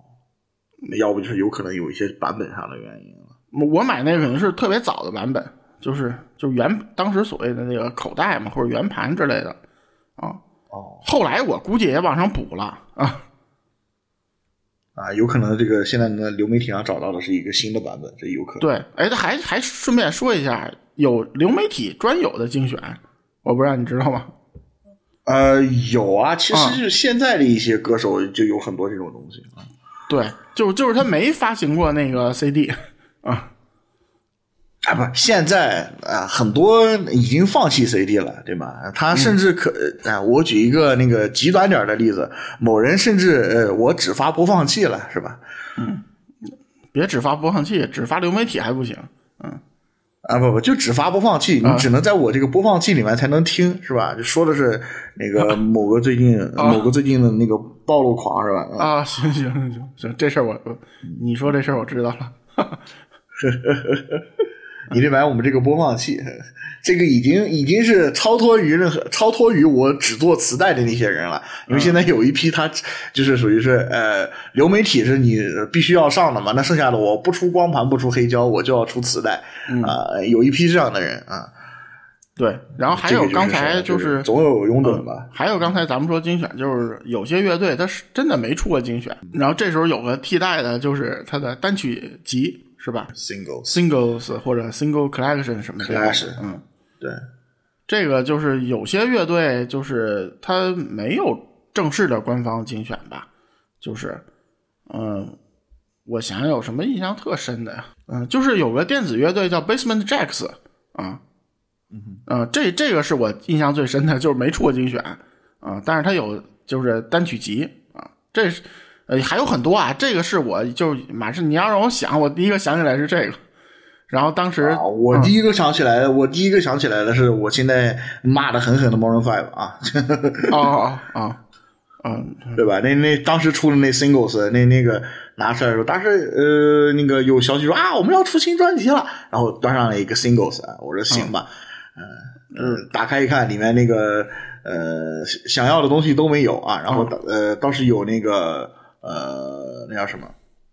要不就是有可能有一些版本上的原因了。 我买那个可能是特别早的版本， 就当时所谓的那个口袋嘛，或者圆盘之类的啊。后来我估计也往上补了啊。 有可能这个现在的流媒体上找到的是一个新的版本，这有可能。 对，哎，还顺便说一下，有流媒体专有的精选，我不知道你知道吗？ 有啊，其实就是现在的一些歌手就有很多这种东西啊。 对，就是他没发行过那个 CD 啊。 不，现在很多已经放弃 CD 了，对吧？他甚至我举一个那个极端点的例子，某人甚至我只发播放器了，是吧？ 别只发播放器，只发流媒体还不行。 不，就只发播放器，你只能在我这个播放器里面才能听，是吧？就说的是那个某个最近的那个暴露狂，是吧？行，这事儿你说这事儿我知道了。 你得买我们这个播放器，这个已经是超脱于我只做磁带的那些人了，因为现在有一批他就是属于是流媒体是你必须要上的嘛，那剩下的我不出光盘不出黑胶，我就要出磁带有一批这样的人啊。 对，然后还有刚才就是总有拥趸吧。 还有刚才咱们说精选，就是有些乐队它是真的没出过精选，然后这时候有个替代的就是它的单曲集。是吧 ？Singles 或者 Single Collection 什么的。 对， 这个就是有些乐队就是它没有正式的官方精选吧，就是我想有什么印象特深的呀？就是有个电子乐队叫 Basement Jaxx 啊，这个是我印象最深的，就是没出过精选但是它有就是单曲集这是。还有很多啊，这个是我就马上你要让我想，我第一个想起来是这个，然后当时我第一个想起来的是我现在骂的狠狠的 Maroon 5对吧？那当时出的那 Singles 那个拿出来的时候，当时那个有消息说我们要出新专辑了，然后端上了一个 Singles 我说行吧，打开一看里面那个想要的东西都没有然后倒是有那个那叫什么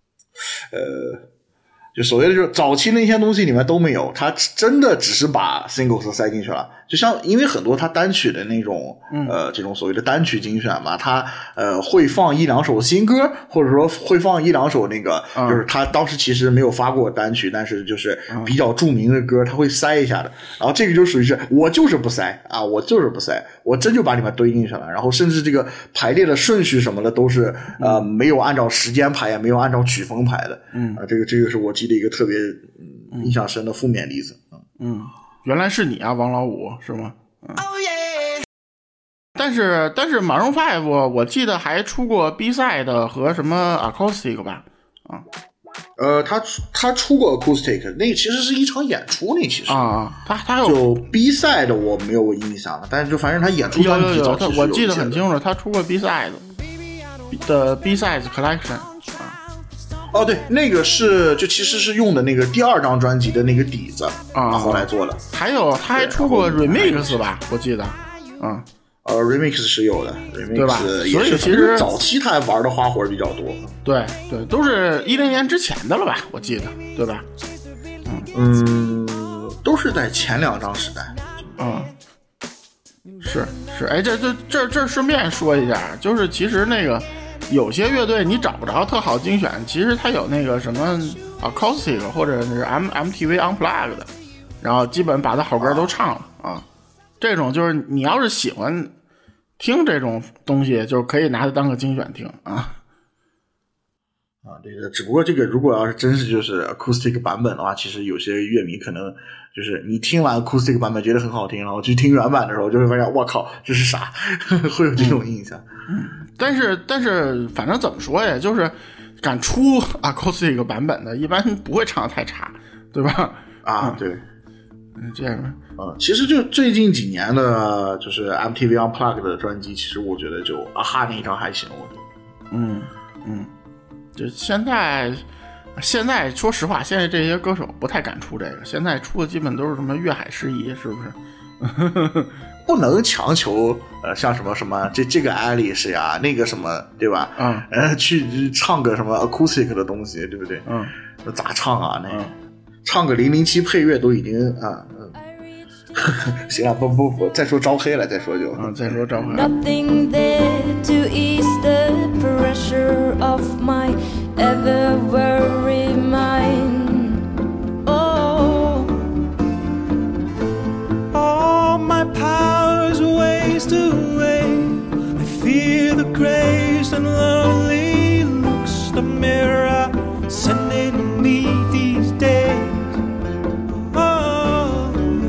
就所谓的就是早期那些东西里面都没有，他真的只是把 singles 塞进去了，就像因为很多他单曲的那种这种所谓的单曲精选嘛，他会放一两首新歌，或者说会放一两首那个就是他当时其实没有发过单曲，但是就是比较著名的歌他会塞一下的，然后这个就属于是我就是不塞我真就把里面堆进去了，然后甚至这个排列的顺序什么的都是没有按照时间排，也没有按照曲风排的这个是我记得一个特别印象深的负面例子原来是你啊，王老五是吗但是 Maroon 5我记得还出过 B-side 和什么 acoustic 吧他出过 acoustic， 那其实是一场演出，那其实他有就 B-side 我没有印象了，但是就反正他演出专辑早期我记得很清楚，他出过 B-side 的 B-side collection 对，那个是就其实是用的那个第二张专辑的那个底子后来做的。 还有他还出过 remix 吧，我记得 remix 是有的 remix 对吧？ 也是其实早期他玩的花活比较多。 对，都是10年之前的了吧，我记得对吧？ 都是在前两张时代。 是，哎，这顺便说一下，就是其实那个有些乐队你找不着特好精选，其实它有那个什么 acoustic 或者是 MTV Unplugged 的，然后基本把它好歌都唱了这种就是你要是喜欢听这种东西，就可以拿它当个精选听这个只不过这个如果要是真是就是 acoustic 版本的话，其实有些乐迷可能就是你听完 acoustic 版本觉得很好听，然后去听原版的时候就会发现我靠这是啥会有这种印象但是反正怎么说呀，就是敢出 acoustic 版本的一般不会唱得太差，对吧对这样其实就最近几年的就是 MTV Unplugged 的专辑，其实我觉得就那一张还行，我觉得就现在说实话，现在这些歌手不太敢出这个，现在出的基本都是什么粤海诗仪，是不是不能强求像什么这个艾丽是呀那个什么对吧去唱个什么 acoustic 的东西，对不对咋唱那唱个007配乐都已经行了，不，再说招黑了，再说就再说招黑。 Nothing there to ease the pressure of my ever worry mind. Oh, All my powers waste away. I fear the crazed and lonely looks the mirror sending me these days. Oh,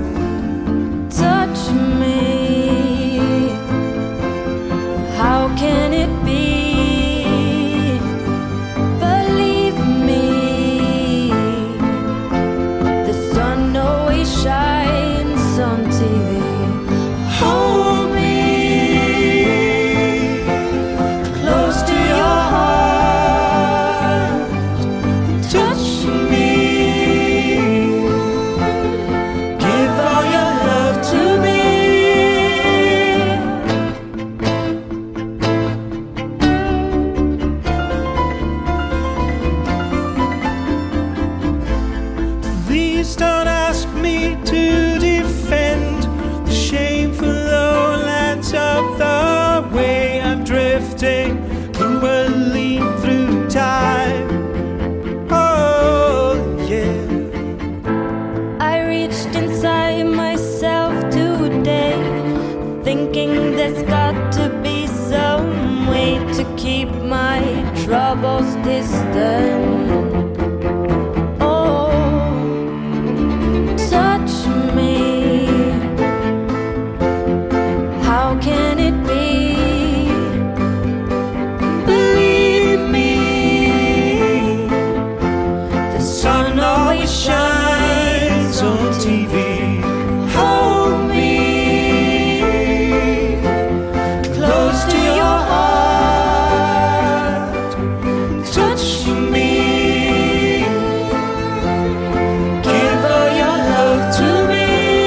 touch me. How can it be? Believe me, the sun always shines on TV. Hold me close to your heart. Touch me. Give all your love to me. please don't ask me to defend the shameful lowlands of the way I'm drifting, believe through time. Oh, yeah. I reached inside myself today, thinking there's got to be some way to keep my troubles distant. Oh, touch me. How can it be? Believe me, the sun always shines on TV. Hold me close to your heart. Touch me. Give all your love to me.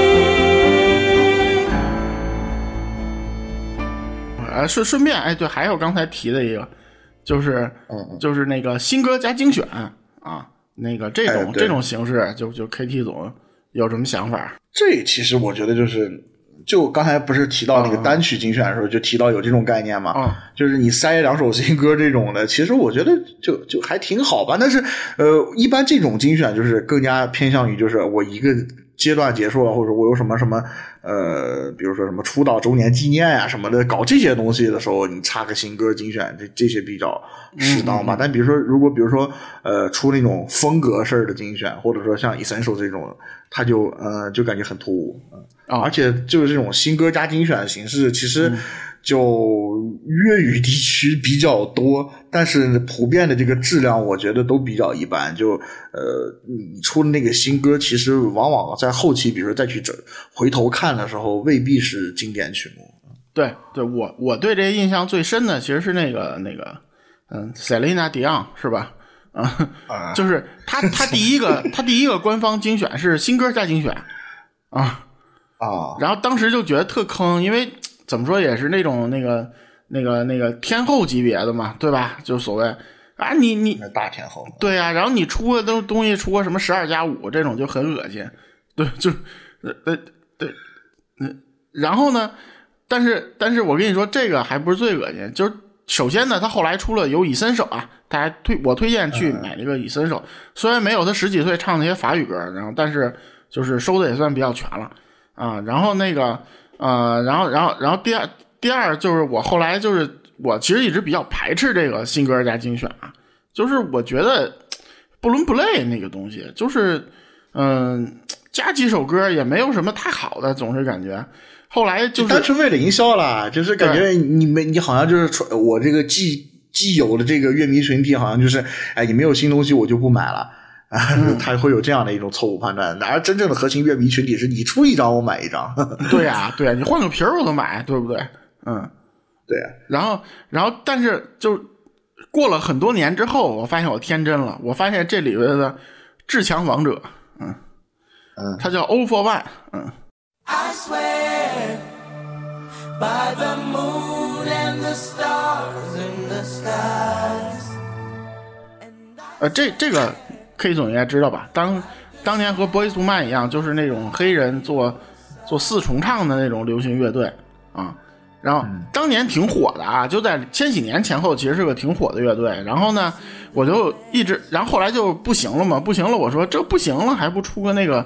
顺便对，还有刚才提的一个，就是那个新歌加精选啊，那个这种形式，就 KT 总有什么想法？ 这其实我觉得就刚才不是提到那个单曲精选的时候，就提到有这种概念嘛，就是你塞2首新歌这种的，其实我觉得就还挺好吧。但是一般这种精选就是更加偏向于就是我一个阶段结束了，或者我有什么比如说什么出道周年纪念呀什么的，搞这些东西的时候，你插个新歌精选，这些比较适当吧。但比如说出那种风格式的精选，或者说像 Essential 这种，它就感觉很突兀。而且就是这种新歌加精选的形式，其实就粤语地区比较多，但是普遍的这个质量我觉得都比较一般。就你出的那个新歌，其实往往在后期，比如说再去回头看的时候，未必是经典曲目。 对，我对这印象最深的其实是那个Selena Dion 是吧？就是他第一个官方精选是新歌加精选然后当时就觉得特坑，因为怎么说也是那种那个天后级别的嘛，对吧？就所谓你大天后， 对啊，然后你出的东西出个什么12+5这种就很恶心，对，就对，然后呢，但是我跟你说，这个还不是最恶心，就是首先呢，他后来出了有Essential大家我推荐去买那个Essential，虽然没有他10几岁唱那些法语歌，然后但是就是收的也算比较全了然后那个然后第二就是我后来就是我其实一直比较排斥这个新歌加精选就是我觉得不伦不类那个东西，就是加几首歌也没有什么太好的，总是感觉后来就是单纯为了营销啦，就是感觉你好像就是我这个既有的这个乐迷群体好像就是你没有新东西我就不买了他会有这样的一种错误判断。哪而真正的核心乐迷群体是你出一张我买一张对呀，你换个皮儿我都买，对不对？ 对啊。 然后但是就过了很多年之后，我发现我天真了，我发现这里边的至强王者他叫 All for One I swear by the moon and the stars in the skies. 这个 K 总应该知道吧？ 当年和博伊苏曼一样，就是那种黑人做四重唱的那种流行乐队啊。然后当年挺火的啊，就在千禧年前后，其实是个挺火的乐队。然后呢，我就一直，然后后来就不行了嘛，不行了，我说这不行了，还不出个那个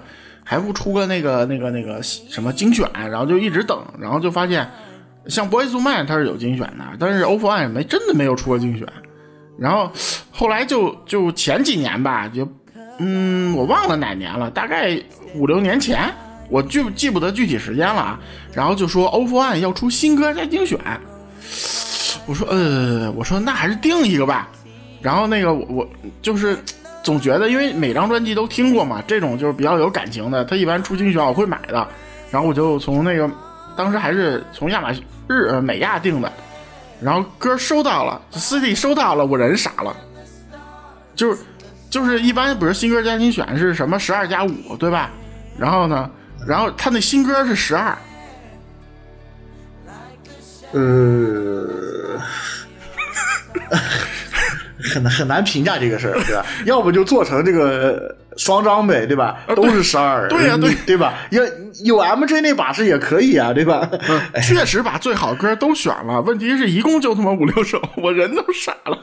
什么精选，然后就一直等，然后就发现像博伊苏曼它是有精选的，但是 O4ONE 真的没有出过精选。然后后来就前几年吧，就我忘了哪年了，大概5-6年前，我记不得具体时间了啊。然后就说 O4ONE 要出新歌加精选，我说那还是定一个吧。然后那个我就是总觉得，因为每张专辑都听过嘛，这种就是比较有感情的，他一般出精选我会买的。然后我就从那个当时还是从亚马日美亚订的，然后歌收到了 ，CD 收到了，我人傻了，就是一般比如新歌加精选是什么12+5，对吧？然后呢，然后他那新歌是12。 很难评价这个事儿，对吧？要不就做成这个双张呗，对吧？都是12， 对呀， 对吧？有 MJ 那把式也可以啊，对吧？ 确实把最好歌都选了，问题是一共就他妈5-6首，我人都傻了。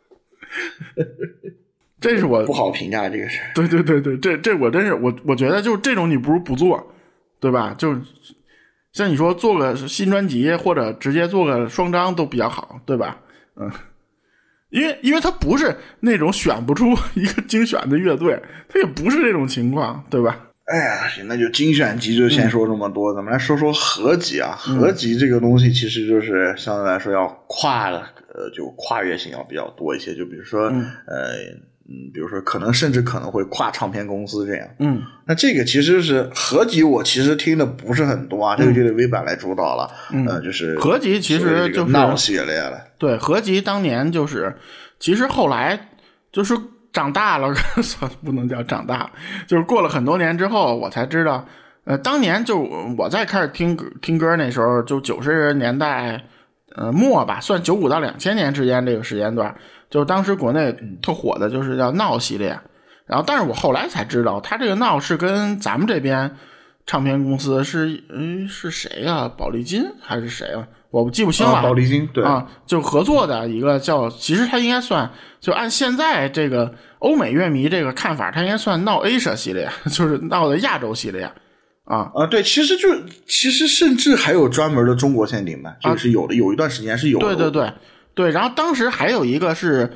这是我不好评价这个事儿。 对，这我真是我觉得就这种你不如不做，对吧？就像你说做个新专辑或者直接做个双张都比较好，对吧？因为他不是那种选不出一个精选的乐队，他也不是这种情况，对吧？ 哎呀，行，那就精选集就先说这么多，咱们来说说合集啊。合集这个东西其实就是相对来说要就跨越性要比较多一些，就比如说比如说甚至可能会跨唱片公司这样。那这个其实是合集，我其实听的不是很多啊，这个就得微版来主导了。就是合集其实就是闹系列了。对， 合集当年就是其实后来就是长大了不能叫长大了，就是过了很多年之后我才知道当年就我在开始听歌那时候就90年代末吧，算95到2000年之间这个时间段，就当时国内特火的就是叫闹系列。然后但是我后来才知道他这个闹是跟咱们这边唱片公司是谁啊，宝丽金还是谁啊，我记不清了。 宝丽金，对啊，就合作的一个叫，其实它应该算，就按现在这个欧美乐迷这个看法，它应该算闹 Asia 系列，就是闹的亚洲系列啊。 对，其实甚至还有专门的中国限定版，这个是有的，有一段时间是有的。 对，然后当时还有一个是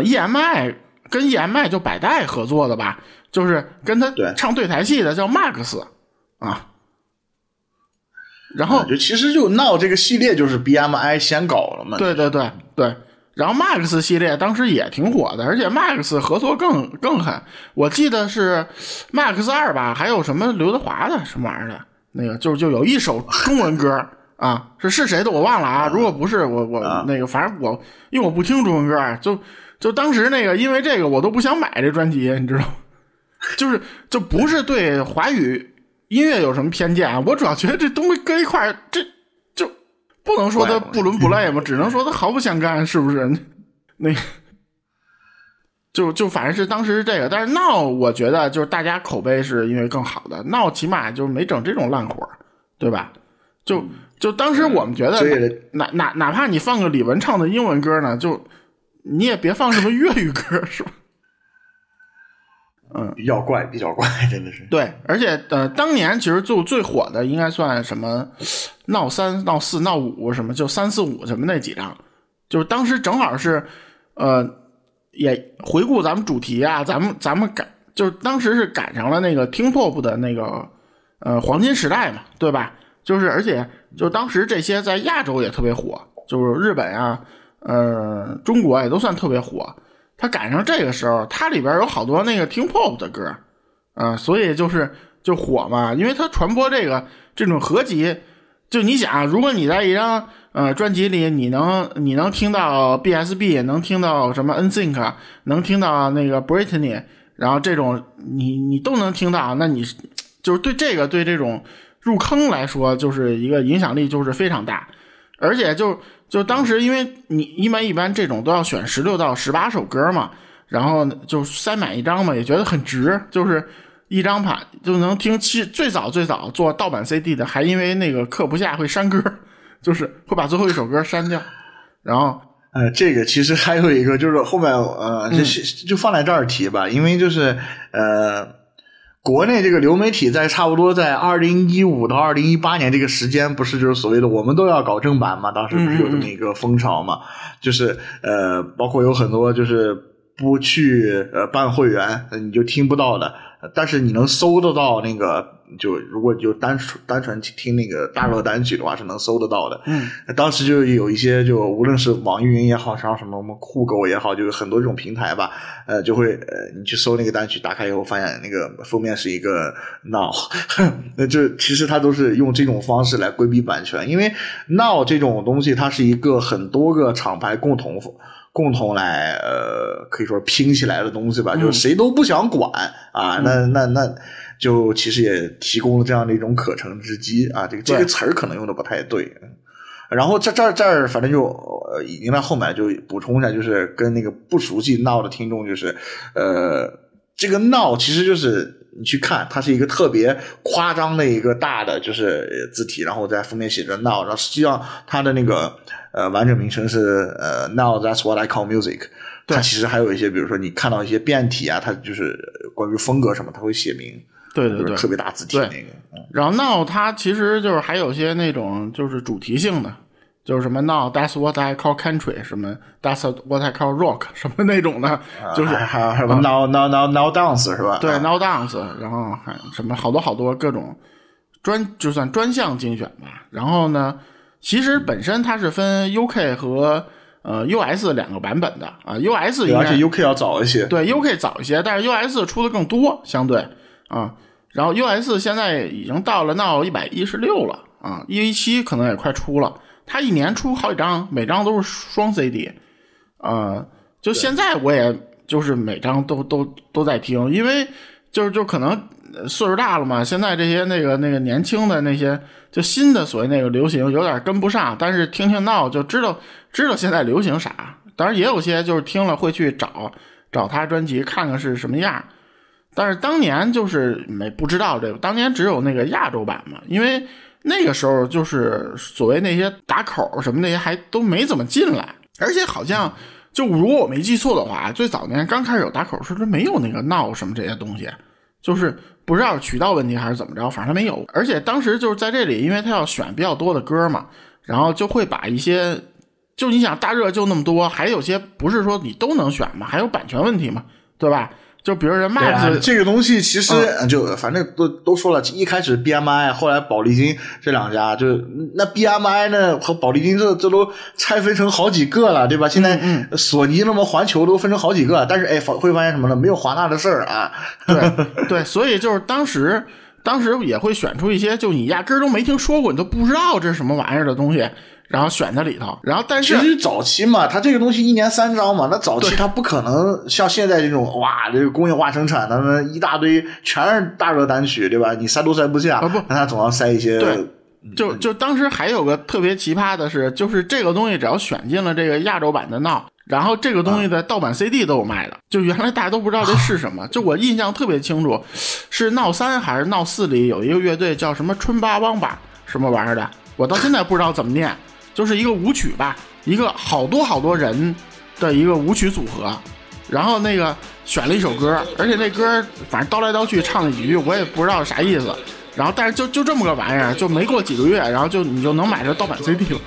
EMI 跟 EMI 就百代合作的吧，就是跟他唱对台戏的叫 Max 啊。然后就其实就闹这个系列就是 BMI 先搞了嘛。 对，然后 Max 系列当时也挺火的，而且 Max 合作更狠，我记得是 Max 2吧，还有什么刘德华的什么玩意儿的，那个就有一首中文歌啊，是谁的我忘了啊，如果不是我那个反正因为我不听中文歌，就当时那个因为这个我都不想买这专辑，你知道吗？就不是对华语音乐有什么偏见啊，我主要觉得这东西搁一块儿，这就不能说它不伦不类嘛，只能说它毫不相干，是不是？那个就反正是当时是这个，但是闹我觉得就是大家口碑是因为更好的，闹起码就没整这种烂活，对吧？就当时我们觉得哪怕你放个李玟唱的英文歌呢，就你也别放什么粤语歌，是吧？ 比较怪，真的是。 对，而且当年其实就最火的应该算什么闹3、闹4、闹5什么，就3、4、5什么那几张，就是当时正好是也回顾咱们主题啊，咱们就是当时是赶上了那个听 pop 的那个黄金时代嘛，对吧？就是而且就当时这些在亚洲也特别火，就是日本啊中国也都算特别火。他赶上这个时候，它里边有好多那个听 pop 的歌所以就火嘛，因为它传播这种合集，就你想，如果你在一张专辑里你能听到 BSB， 能听到什么 NSYNC， 能听到那个 Britney， 然后这种你都能听到，那你就是对这种入坑来说，就是一个影响力就是非常大。而且就当时因为你一般这种都要选16到18首歌嘛，然后就塞满一张嘛，也觉得很值，就是一张盘就能听。最早做盗版 CD 的，还因为那个刻不下会删歌，就是会把最后一首歌删掉。然后这个其实还有一个就是后面就放在这儿提吧，因为就是国内这个流媒体在差不多在2015到2018年这个时间，不是就是所谓的我们都要搞正版嘛？当时不是有这么一个风潮嘛？就是包括有很多就是不去办会员你就听不到的，但是你能搜得到那个，就如果就单纯听那个大热单曲的话是能搜得到的。当时就有一些就无论是网易云也好，像什么酷狗也好，就有很多这种平台吧，就会你去搜那个单曲，打开以后发现那个封面是一个 Now 那就其实它都是用这种方式来规避版权，因为 Now 这种东西它是一个很多个厂牌共同来可以说拼起来的东西吧，就是谁都不想管啊，那就其实也提供了这样的一种可乘之机啊，这个词儿可能用的不太对。然后这儿反正就已经在后面就补充一下，就是跟那个不熟悉闹的听众，就是这个闹其实就是你去看，它是一个特别夸张的一个大的就是字体，然后在封面写着闹，然后实际上它的那个完整名称是Now That's What I Call Music。它其实还有一些，比如说你看到一些变体啊，它就是关于风格什么，它会写明。对，特别大字体那个。 然后 Now 它其实就是还有些那种就是主题性的，就是什么 Now That's What I Call Country， 什么 That's What I Call Rock， 什么那种的，就是还有什么 Now Dance 是吧？ 对，Now Dance， 然后还什么好多各种就算专项精选吧。然后呢，其实本身它是分 UK 和US 两个版本的啊 ，US 应该， 而且 UK 要早一些， 对 UK 早一些，但是 US 出的更多相对啊。然后 US 现在已经到了Now 116了啊，117可能也快出了。它一年出好几张，每张都是双 CD， 就现在我也就是每张都在听，因为就可能岁数大了嘛，现在这些那个年轻的那些就新的所谓那个流行有点跟不上，但是听Now就知道现在流行啥。当然也有些就是听了会去找他专辑看看是什么样。但是当年就是不知道这个，当年只有那个亚洲版嘛，因为那个时候就是所谓那些打口什么那些还都没怎么进来，而且好像就如果我没记错的话，最早年刚开始有打口是没有那个Now什么这些东西，就是不知道是渠道问题还是怎么着，反正没有。而且当时就是在这里，因为他要选比较多的歌嘛，然后就会把一些就你想大热就那么多，还有些不是说你都能选嘛，还有版权问题嘛，对吧？就比如人 Max、 这个东西其实就反正都说了，一开始 BMI 后来宝丽金这两家，就那 BMI 呢和宝丽金这都拆分成好几个了，对吧？现在索尼那么环球都分成好几个，但是会发现什么呢？没有华纳的事儿啊。 对，所以就是当时也会选出一些就你压根都没听说过，你都不知道这是什么玩意儿的东西，然后选在里头。然后但是其实早期嘛，它这个东西1年3张嘛，那早期它不可能像现在这种哇，这个工业化生产的那一大堆全是大热单曲，对吧？你塞都塞不下，那它总要塞一些。 对，就当时还有个特别奇葩的是，就是这个东西只要选进了这个亚洲版的Now，然后这个东西的盗版 CD 都有卖的，就原来大家都不知道这是什么。就我印象特别清楚，是Now 3还是Now 4里有一个乐队叫什么春巴汪吧什么玩意儿的，我到现在不知道怎么念。就是一个舞曲吧，一个好多人的一个舞曲组合，然后那个选了一首歌，而且那歌反正叨来叨去唱了几句，我也不知道啥意思。然后但是就这么个玩意儿，就没过几个月，然后你就能买着盗版 CD 了。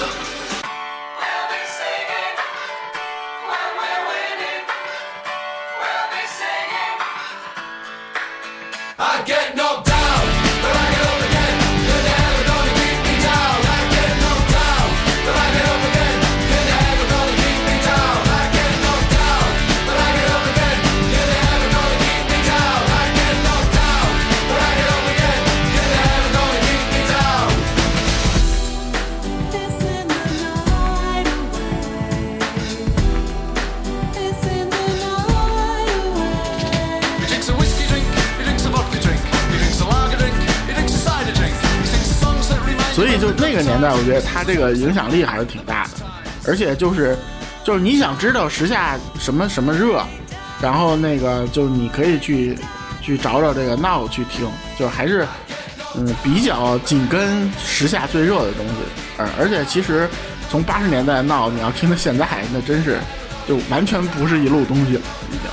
所以就那个年代，我觉得他这个影响力还是挺大的，而且就是你想知道时下什么热，然后那个就你可以去去找找这个 Now 去听，就还是比较紧跟时下最热的东西。而且其实从80年代 Now 你要听到现在，那真是就完全不是一路东西了，已经。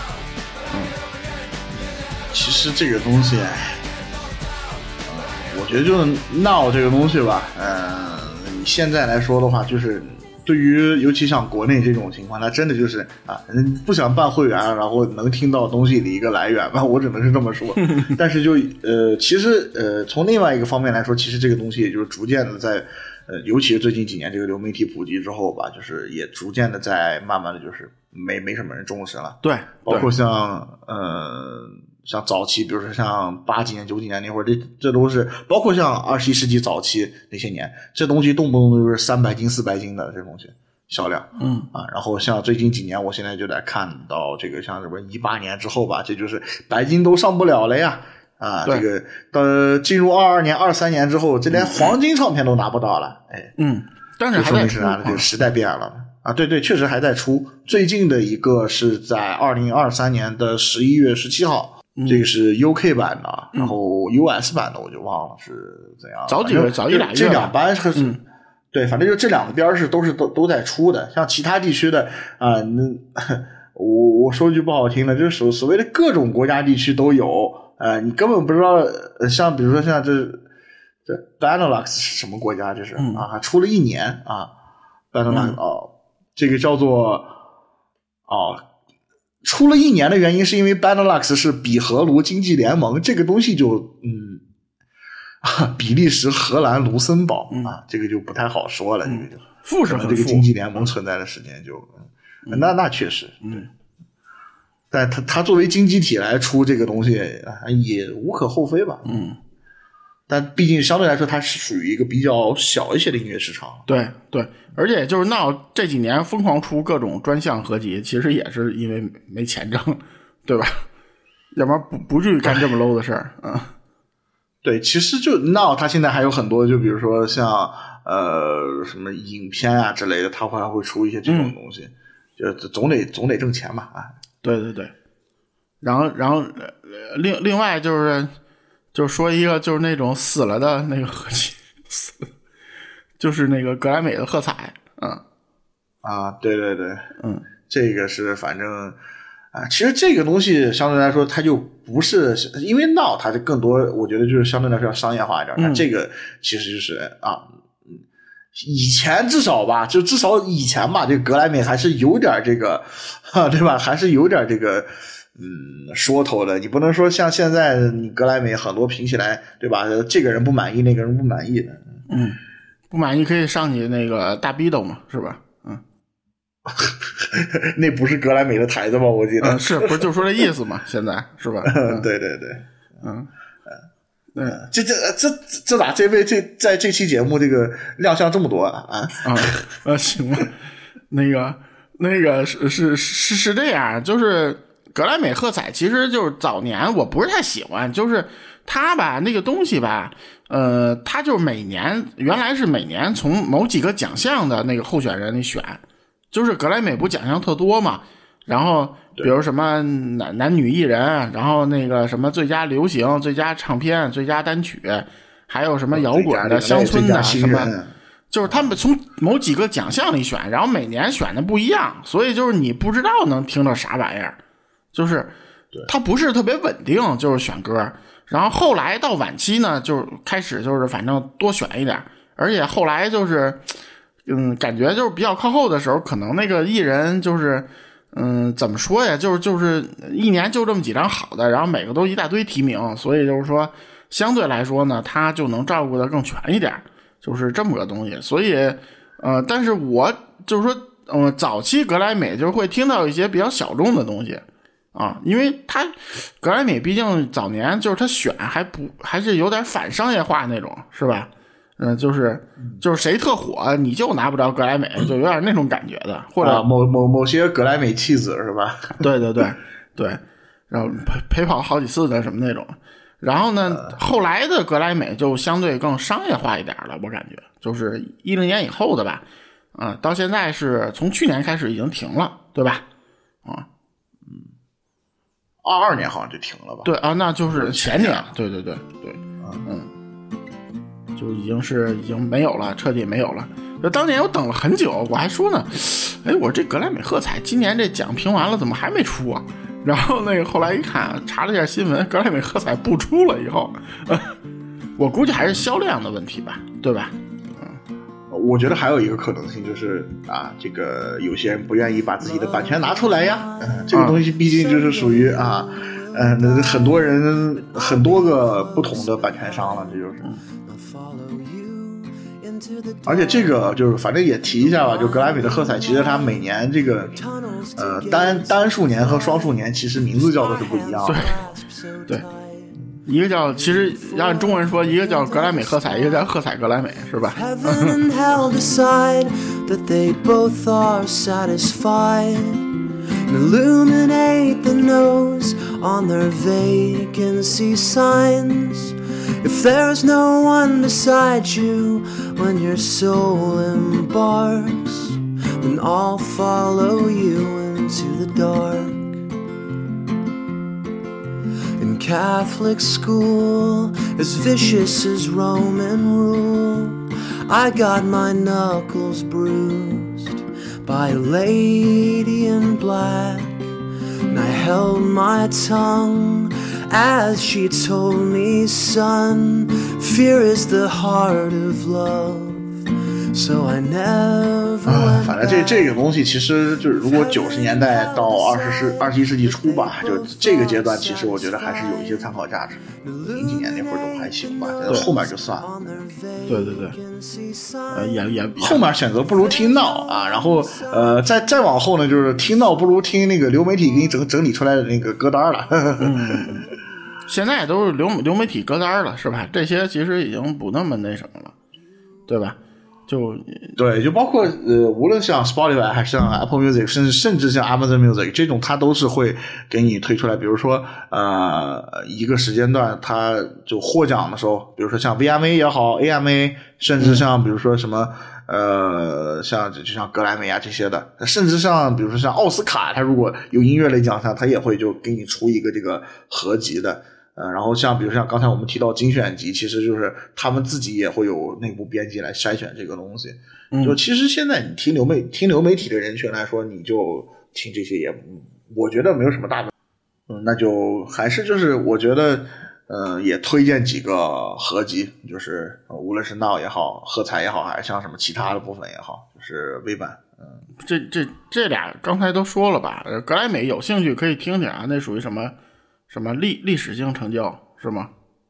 其实这个东西，我觉得就是闹这个东西吧，你现在来说的话，就是对于尤其像国内这种情况，它真的就是不想办会员，然后能听到东西的一个来源吧，我只能是这么说。但是就其实从另外一个方面来说，其实这个东西也就是逐渐的在尤其是最近几年这个流媒体普及之后吧，就是也逐渐的在慢慢的就是没什么人重视了。 对， 包括像早期，比如说像80几年、90几年那会儿，这都是包括像21世纪早期那些年，这东西动不动都是300斤、400斤的这东西销量。然后像最近几年，我现在就在看到这个像什么18年之后吧，这就是100斤都上不了了呀。这个进入22年、23年之后，这连黄金唱片都拿不到了。 但是还在出， 这个时代变了。对，确实还在出。最近的一个是在2023年的11月17号。这个是 UK 版的，然后 US 版的我就忘了是怎样。早一俩月， 这两班是，对，反正就这两个边是都在出的。像其他地区的我说句不好听的，就是所谓的各种国家地区都有，你根本不知道，像比如说像这 Benelux 是什么国家？这是出了1年Benelux 这个叫做出了1年的原因是因为 Benelux 是比荷卢经济联盟，这个东西就比利时、荷兰、卢森堡这个就不太好说了，这个就富是很这个经济联盟存在的时间就那确实但它作为经济体来出这个东西也无可厚非吧。但毕竟相对来说它是属于一个比较小一些的音乐市场。 对，而且就是闹这几年疯狂出各种专项合集，其实也是因为没钱挣，对吧？要不然不至于干这么 low 的事儿。 对，其实就闹它现在还有很多，就比如说像什么影片啊之类的，它还会出一些这种东西，就总得挣钱嘛。 对，然后另外就说一个就是那种死了的那个合集，就是那个格莱美的喝彩。 对，这个是反正其实这个东西相对来说它就不是因为闹它就更多，我觉得就是相对来说要商业化一点。它这个其实就是以前至少吧，就至少以前吧，这个格莱美还是有点这个对吧，还是有点这个说头的。你不能说像现在你格莱美很多评起来，对吧，这个人不满意那个人不满意的。 不满意可以上你那个大逼斗嘛，是吧？ 那不是格莱美的台子吗？我记得是不是就说这意思嘛？现在是吧？ 对，这咋在这期节目这个亮相这么多行吧，那个是这样，就是格莱美喝彩，其实就是早年我不是太喜欢，就是他吧那个东西吧，他就是原来是每年从某几个奖项的那个候选人里选，就是格莱美不奖项特多嘛，然后比如什么男女艺人，然后那个什么最佳流行、最佳唱片、最佳单曲，还有什么摇滚的、乡村的什么，就是他们从某几个奖项里选，然后每年选的不一样，所以就是你不知道能听到啥玩意儿，就是它不是特别稳定，就是选歌。然后后来到晚期呢，就开始就是反正多选一点，而且后来就是感觉就是比较靠后的时候，可能那个艺人就是怎么说呀，就是一年就这么几张好的，然后每个都一大堆提名，所以就是说相对来说呢，他就能照顾的更全一点，就是这么个东西。所以但是我就是说早期格莱美就是会听到一些比较小众的东西因为他格莱美毕竟早年就是他选还是有点反商业化那种，是吧？就是谁特火你就拿不着格莱美，就有点那种感觉的，或者某些格莱美弃子是吧？ 对，然后陪跑好几次的什么那种。然后呢，后来的格莱美就相对更商业化一点了，我感觉就是10年以后的吧，到现在是从去年开始已经停了，对吧？ 22年好像就停了吧？ 对啊，那就是前年，对，就已经没有了，彻底没有了。就当年我等了很久，我还说呢，哎，我这格莱美喝彩今年这奖评完了，怎么还没出啊？然后那个后来一看，查了一下新闻，格莱美喝彩不出了以后，我估计还是销量的问题吧，对吧？ 我觉得还有一个可能性就是这个有些人不愿意把自己的版权拿出来呀，这个东西毕竟就是属于很多人很多个不同的版权商了，这就是。而且这个就是反正也提一下吧，就格莱美的喝彩，其实它每年这个单数年和双数年其实名字叫的是不一样的。 对，一个叫其实按中文说，一个叫格莱美喝彩，一个叫喝彩格莱美，是吧 Heaven and hell decide that they both are satisfied and illuminate the nose on their vacancy signs. If there's no one beside you when your soul embarks, then I'll follow you into the dark. In Catholic school, as vicious as Roman rule, I got my knuckles bruised by a lady in black, and I held my tongue as she told me, son, fear is the heart of love, so I never went 反正这个东西其实就是如果90年代到21世纪初吧，就这个阶段其实我觉得还是有一些参考价值的。00几年那会儿都还行吧，后面就算了。 对，也后面选择不如听闹然后再往后呢，就是听闹不如听那个流媒体给你整理出来的那个歌单了。 现在都是流媒体歌单了，是吧？这些其实已经不那么那什么了，对吧？就包括无论像 Spotify 还是像 Apple Music， 甚至像 Amazon Music 这种，它都是会给你推出来，比如说一个时间段它就获奖的时候，比如说像 VMA 也好 AMA， 甚至像比如说什么就像格莱美这些的，甚至像比如说像奥斯卡，它如果有音乐类奖项，它也会就给你出一个这个合集的。然后比如像刚才我们提到精选集，其实就是他们自己也会有内部编辑来筛选这个东西。就其实现在你听流媒体的人群来说，你就听这些也我觉得没有什么大的那就还是就是我觉得也推荐几个合集，就是无论是闹也好，喝彩也好，还是像什么其他的部分也好，就是微版。这俩刚才都说了吧，格莱美有兴趣可以听听那属于什么历史性成就是吗？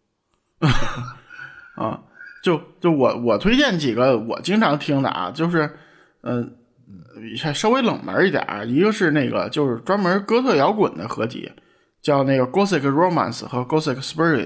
就我推荐几个我经常听的就是稍微冷门一点一个是那个就是专门哥特摇滚的合集，叫那个 Gothic Romance 和 Gothic Spirit。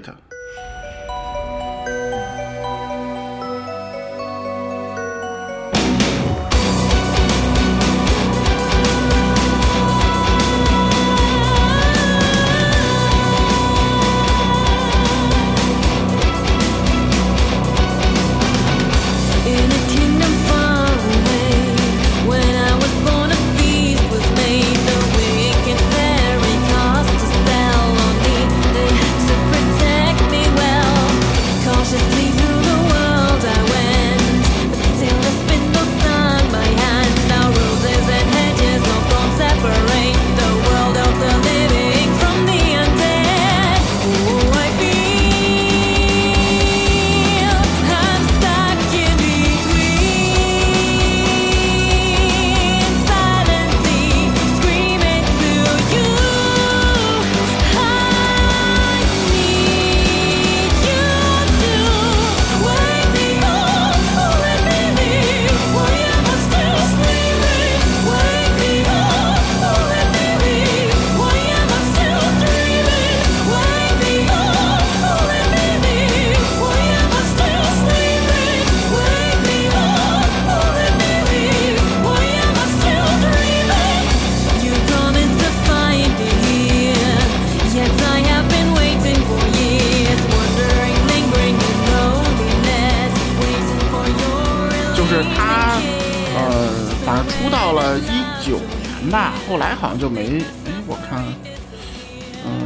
反正出到了19年吧，后来好像就没，我看，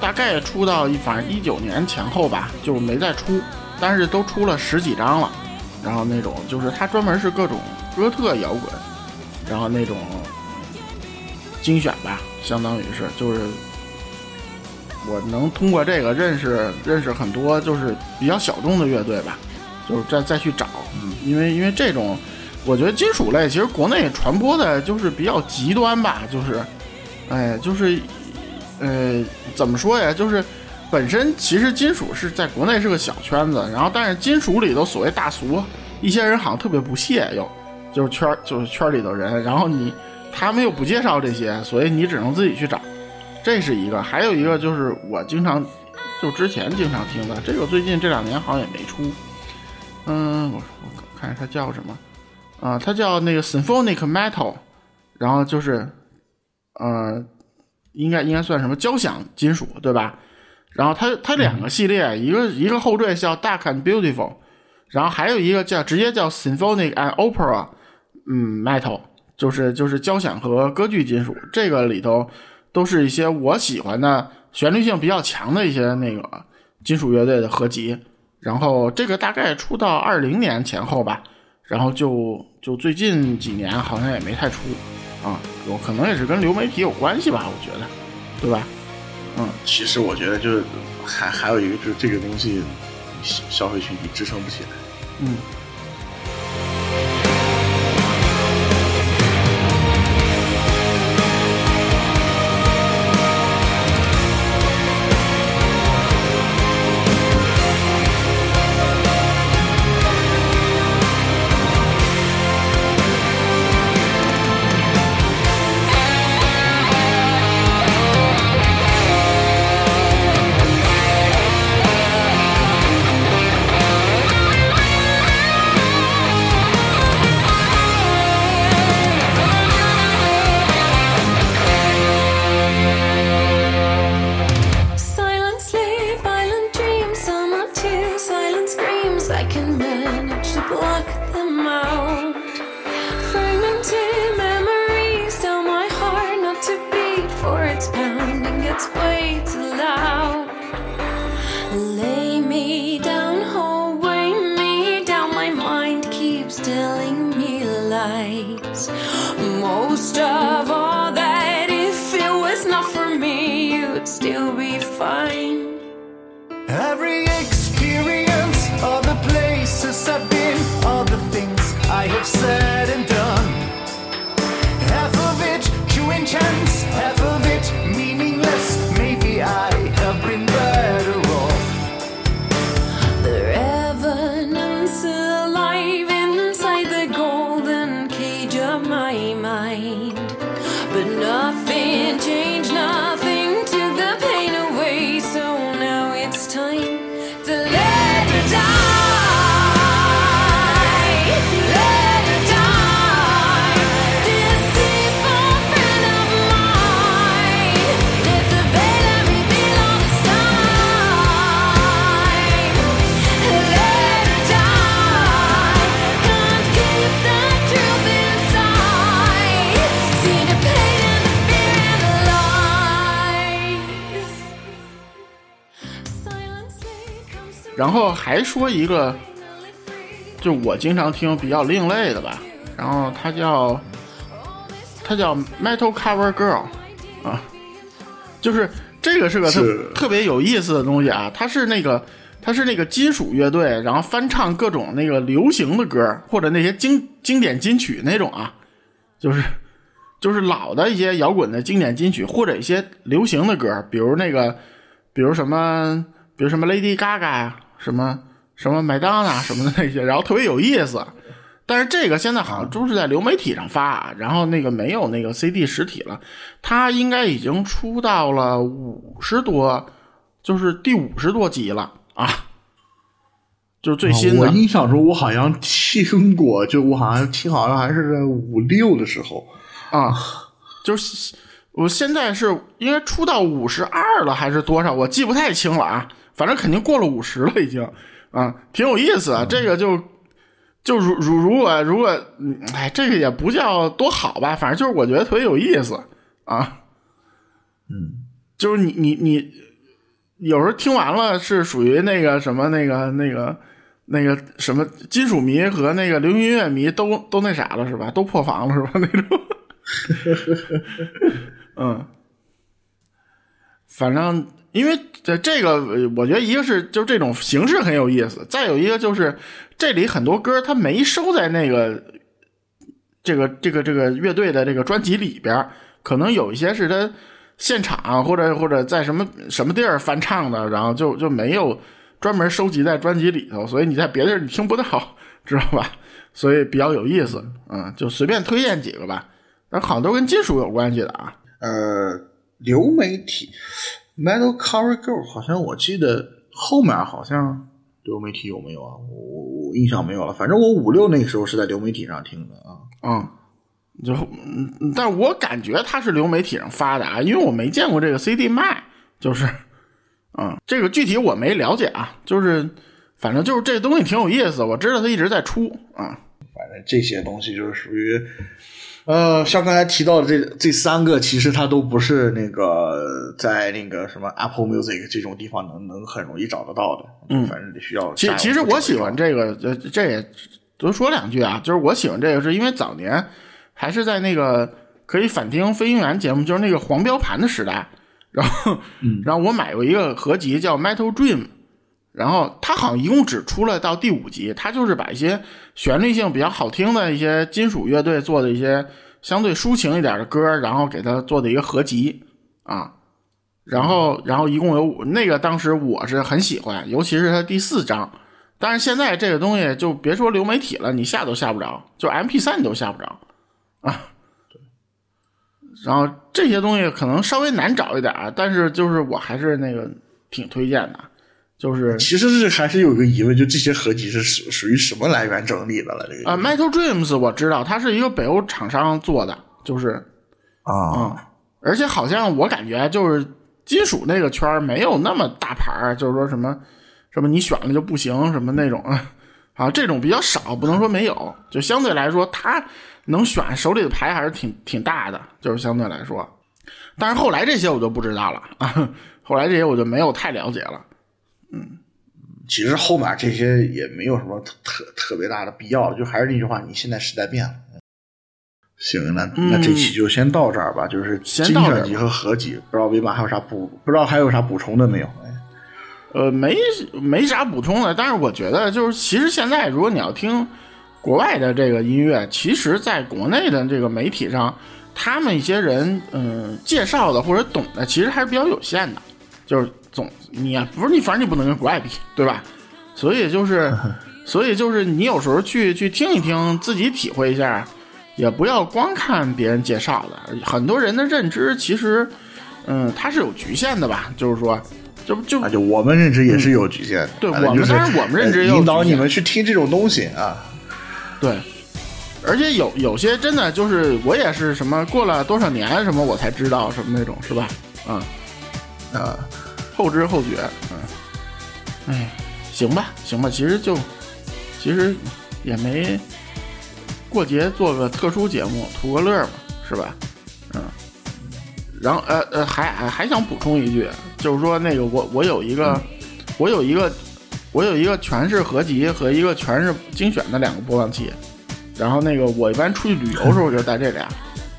大概出到反正19年前后吧，就没再出，但是都出了10几张了。然后那种就是他专门是各种哥特摇滚，然后那种精选吧，相当于是就是我能通过这个认识很多就是比较小众的乐队吧，就是再去找，因为这种我觉得金属类其实国内传播的就是比较极端吧，就是怎么说呀，就是本身其实金属是在国内是个小圈子，然后但是金属里头所谓大俗，一些人好像特别不屑，就是圈里头人，然后他们又不介绍这些，所以你只能自己去找，这是一个。还有一个就是我之前经常听的，这个最近这2年好像也没出，我看它叫什么它叫那个 Symphonic Metal， 然后就是应该算什么交响金属对吧？然后它2个系列，一个后缀叫 Dark and Beautiful， 然后还有一个直接叫 Symphonic and Opera Metal， 就是交响和歌剧金属，这个里头都是一些我喜欢的旋律性比较强的一些那个金属乐队的合集。然后这个大概出到20年前后吧，然后就最近几年好像也没太出有可能也是跟流媒体有关系吧，我觉得，对吧？ 其实我觉得就是还有一个就是这个东西消费群体支撑不起来。 Most of all that if it was not for me you'd still be fine. Every experience, all the places I've been, all the things I have said and done, half of it true in chance, half of it meaningless. Maybe I have been better off. The revenant's alive inside the golden cage of my mind, but nothing changed, nothing took the pain away. So now it's time to let it die. Let it die. Deceitful friend of mine, lift the veil and reveal all the time. Let it die. Can't keep the truth inside. See the pain and the fear and the lies. Silently comes to 然后还说一个，就我经常听比较另类的吧，然后它叫 Metal Cover Girl 就是这个是个特别有意思的东西啊，它是那个金属乐队，然后翻唱各种那个流行的歌或者那些经典金曲那种啊，就是老的一些摇滚的经典金曲或者一些流行的歌，比如什么 Lady Gaga 呀，什么麦当娜什么的那些，然后特别有意思。但是这个现在好像都是在流媒体上发，然后那个没有那个 CD 实体了。它应该已经出到了50多，就是第50多集了啊，就是最新的。 我印象中我好像听过，就我好像还是在5、6的时候啊，就是我现在是应该出到52了还是多少，我记不太清了啊，反正肯定过了50了已经啊，挺有意思啊。这个就如果这个也不叫多好吧，反正就是我觉得特别有意思啊。就是你有时候听完了是属于那个什么那个什么金属迷和那个流行音乐迷都那啥了是吧？都破防了是吧？那种，反正因为这个，我觉得一个是就这种形式很有意思，再有一个就是这里很多歌它没收在那个这个乐队的这个专辑里边，可能有一些是他现场或者在什么地儿翻唱的，然后就没有专门收集在专辑里头，所以你在别的地儿你听不到，知道吧？所以比较有意思，就随便推荐几个吧。但好像都跟金属有关系的啊。 流媒体 Metal Cover Girl 好像我记得后面好像流媒体有没有啊？我印象没有了，反正我5、6那个时候是在流媒体上听的啊。 但我感觉它是流媒体上发的啊，因为我没见过这个 CD 卖，就是这个具体我没了解啊，就是反正就是这东西挺有意思，我知道它一直在出啊。 反正这些东西就是属于像刚才提到的这3个，其实它都不是那个在那个什么 Apple Music 这种地方能很容易找得到的。反正得需要。 其实我喜欢这个，这也多说2句啊，就是我喜欢这个是因为早年还是在那个可以反听飞行员节目，就是那个黄标盘的时代，然后我买过一个合集叫 Metal Dream。然后他好像一共只出了到第5集，他就是把一些旋律性比较好听的一些金属乐队做的一些相对抒情一点的歌，然后给他做的一个合集啊。然后一共有那个当时我是很喜欢，尤其是他第4章。但是现在这个东西就别说流媒体了，你下都下不着，就 MP3 你都下不着啊。然后这些东西可能稍微难找一点，但是就是我还是那个挺推荐的。就是其实是还是有一个疑问，就这些合集是属于什么来源整理的了？这个 Metal Dreams 我知道，它是一个北欧厂商做的，就是而且好像我感觉就是金属那个圈没有那么大牌，就是说什么你选了就不行什么那种啊，这种比较少，不能说没有，就相对来说他能选手里的牌还是挺大的，就是相对来说。但是后来这些我就不知道了啊，后来这些我就没有太了解了。 其实后面这些也没有什么特别大的必要了，就还是那句话，你现在时代变了。行，那这期就先到这儿吧，就是精选集和合集，不知道维马还有啥不知道还有啥补充的没有？ 没啥补充的，但是我觉得就是其实现在如果你要听国外的这个音乐，其实在国内的这个媒体上，他们一些人介绍的或者懂的其实还是比较有限的，就是你不是你，反正你不能跟国外比，对吧？所以就是你有时候去听一听，自己体会一下，也不要光看别人介绍的。很多人的认知其实，它是有局限的吧？就是说，就我们认知也是有局限的。 对，我们当然我们认知也有局限， 引导你们去听这种东西啊。 对，而且有些真的就是我也是什么过了多少年什么我才知道什么那种，是吧？后知后觉，行吧，其实也没过节做个特殊节目图个乐嘛，是吧？然后还想补充一句，就是说那个我有一个全是合集和一个全是精选的2个播放器，然后那个我一般出去旅游的时候我就带这俩，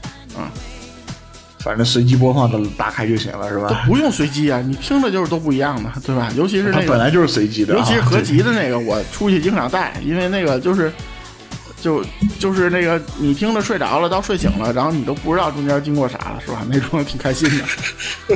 反正随机播放都打开就行了，是吧？ 都不用随机啊，你听的就是都不一样的，对吧？尤其是那个它本来就是随机的， 尤其是合集的那个，我出去经常带，因为那个就是那个你听着睡着了，到睡醒了，然后你都不知道中间经过啥了，是吧？那种挺开心的。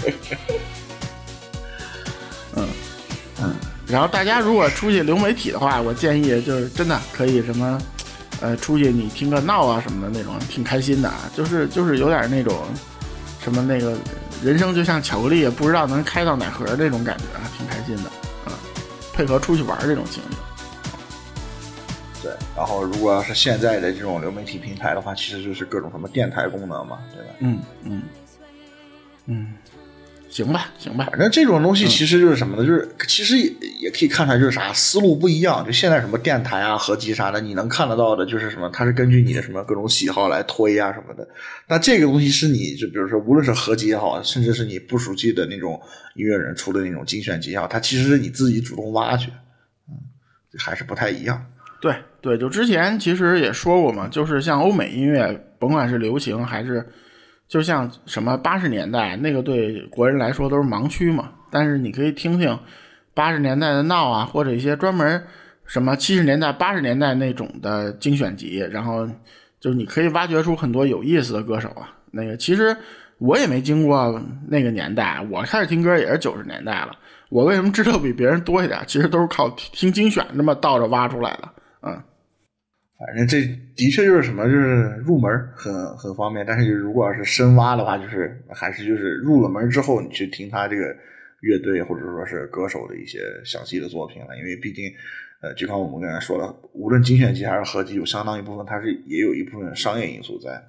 然后大家如果出去流媒体的话，我建议就是真的可以什么。出去你听个闹啊什么的那种，挺开心的啊，就是有点那种什么那个人生就像巧克力，也不知道能开到哪盒那种感觉啊，挺开心的配合出去玩这种情景。 对，然后如果要是现在的这种流媒体平台的话，其实就是各种什么电台功能嘛，对吧？ 行吧， 反正这种东西其实就是什么呢？就是其实也可以看出来，就是啥思路不一样。就现在什么电台啊、合集啥的，你能看得到的，就是什么，它是根据你的什么各种喜好来推啊什么的。那这个东西是你就比如说，无论是合集也好，甚至是你不熟悉的那种音乐人出的那种精选集也好，它其实是你自己主动挖掘，还是不太一样。 对，就之前其实也说过嘛，就是像欧美音乐，甭管是流行还是。就像什么80年代那个对国人来说都是盲区嘛，但是你可以听听80年代的闹啊，或者一些专门什么70年代80年代那种的精选集，然后就你可以挖掘出很多有意思的歌手啊。那个其实我也没经过那个年代，我开始听歌也是90年代了，我为什么知道比别人多一点，其实都是靠听精选这么倒着挖出来的。 反正这的确就是什么，就是入门很方便，但是如果要是深挖的话，就是还是就是入了门之后，你去听他这个乐队或者说是歌手的一些详细的作品了，因为毕竟就像我们刚才说了，无论精选集还是合集，有相当一部分它是也有一部分商业因素在。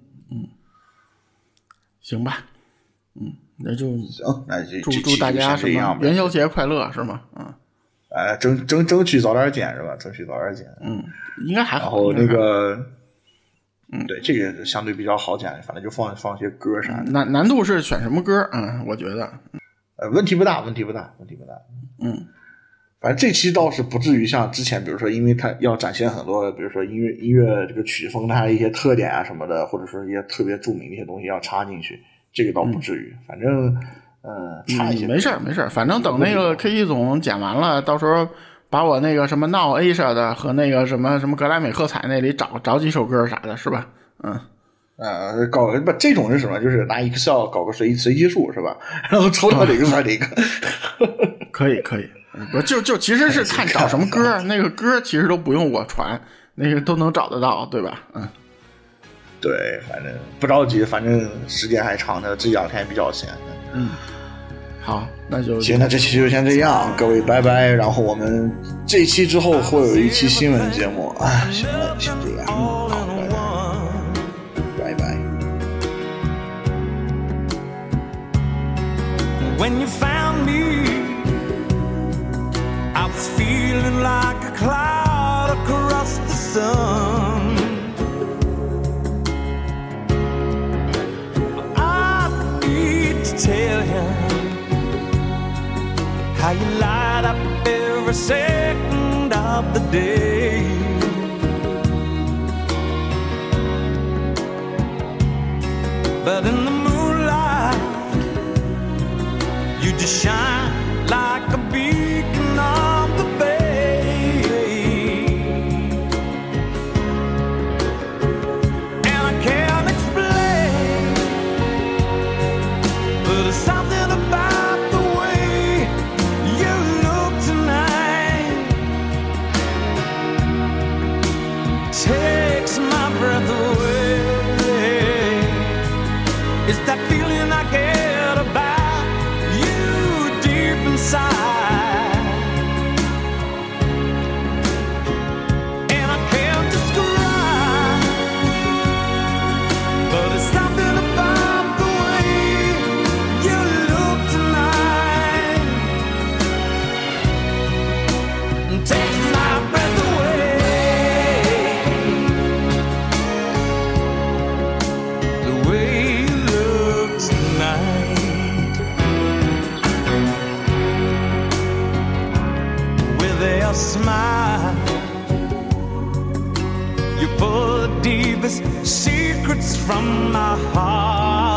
行吧，那就行，那祝大家什么元宵节快乐是吗？ 争取早点剪是吧？争取早点剪。 应该还好。 然后那个，对，这个相对比较好剪，反正就放些歌啥的。 难度是选什么歌？我觉得， 问题不大。反正这期倒是不至于像之前，比如说，因为它要展现很多，比如说音乐这个曲风它的一些特点啊什么的，或者说一些特别著名的一些东西要插进去，这个倒不至于。反正。差一些， 没事，反正等那个 KT 总剪完了，到时候把我那个什么闹 Asia 的和那个什么格莱美喝彩那里找几首歌啥的，是吧？ 搞不这种是什么？就是拿 Excel 搞个随机数是吧？然后抽到哪个算哪个。 可以，不就其实是看找什么歌，那个歌其实都不用我传，那个都能找得到，对吧？ 对，反正不着急，反正时间还长的，这2天比较闲。 好，那就行，那这期就先这样，各位拜拜。然后我们这期之后会有一期新闻节目啊，行了，先这样，好，拜拜。 When you found me, I was feeling like a cloud across the sun. I need to tell you how you light up every second of the day. But in the moonlight, you just shine like a beacon on the bay. And I can't explain, but there's something about the way you look tonight takes my breath away. It's that feeling I get about you deep inside, and I can't describe, but it's something about the way you look tonight and takes my breath away. The way you look tonight, with a smile, you pull the deepest secrets from my heart.